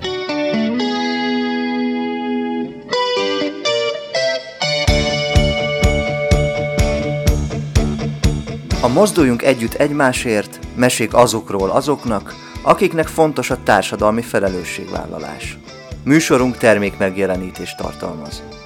S1: A Mozduljunk együtt egymásért, mesék azokról azoknak, akiknek fontos a társadalmi felelősségvállalás. Műsorunk termék megjelenítést tartalmaz.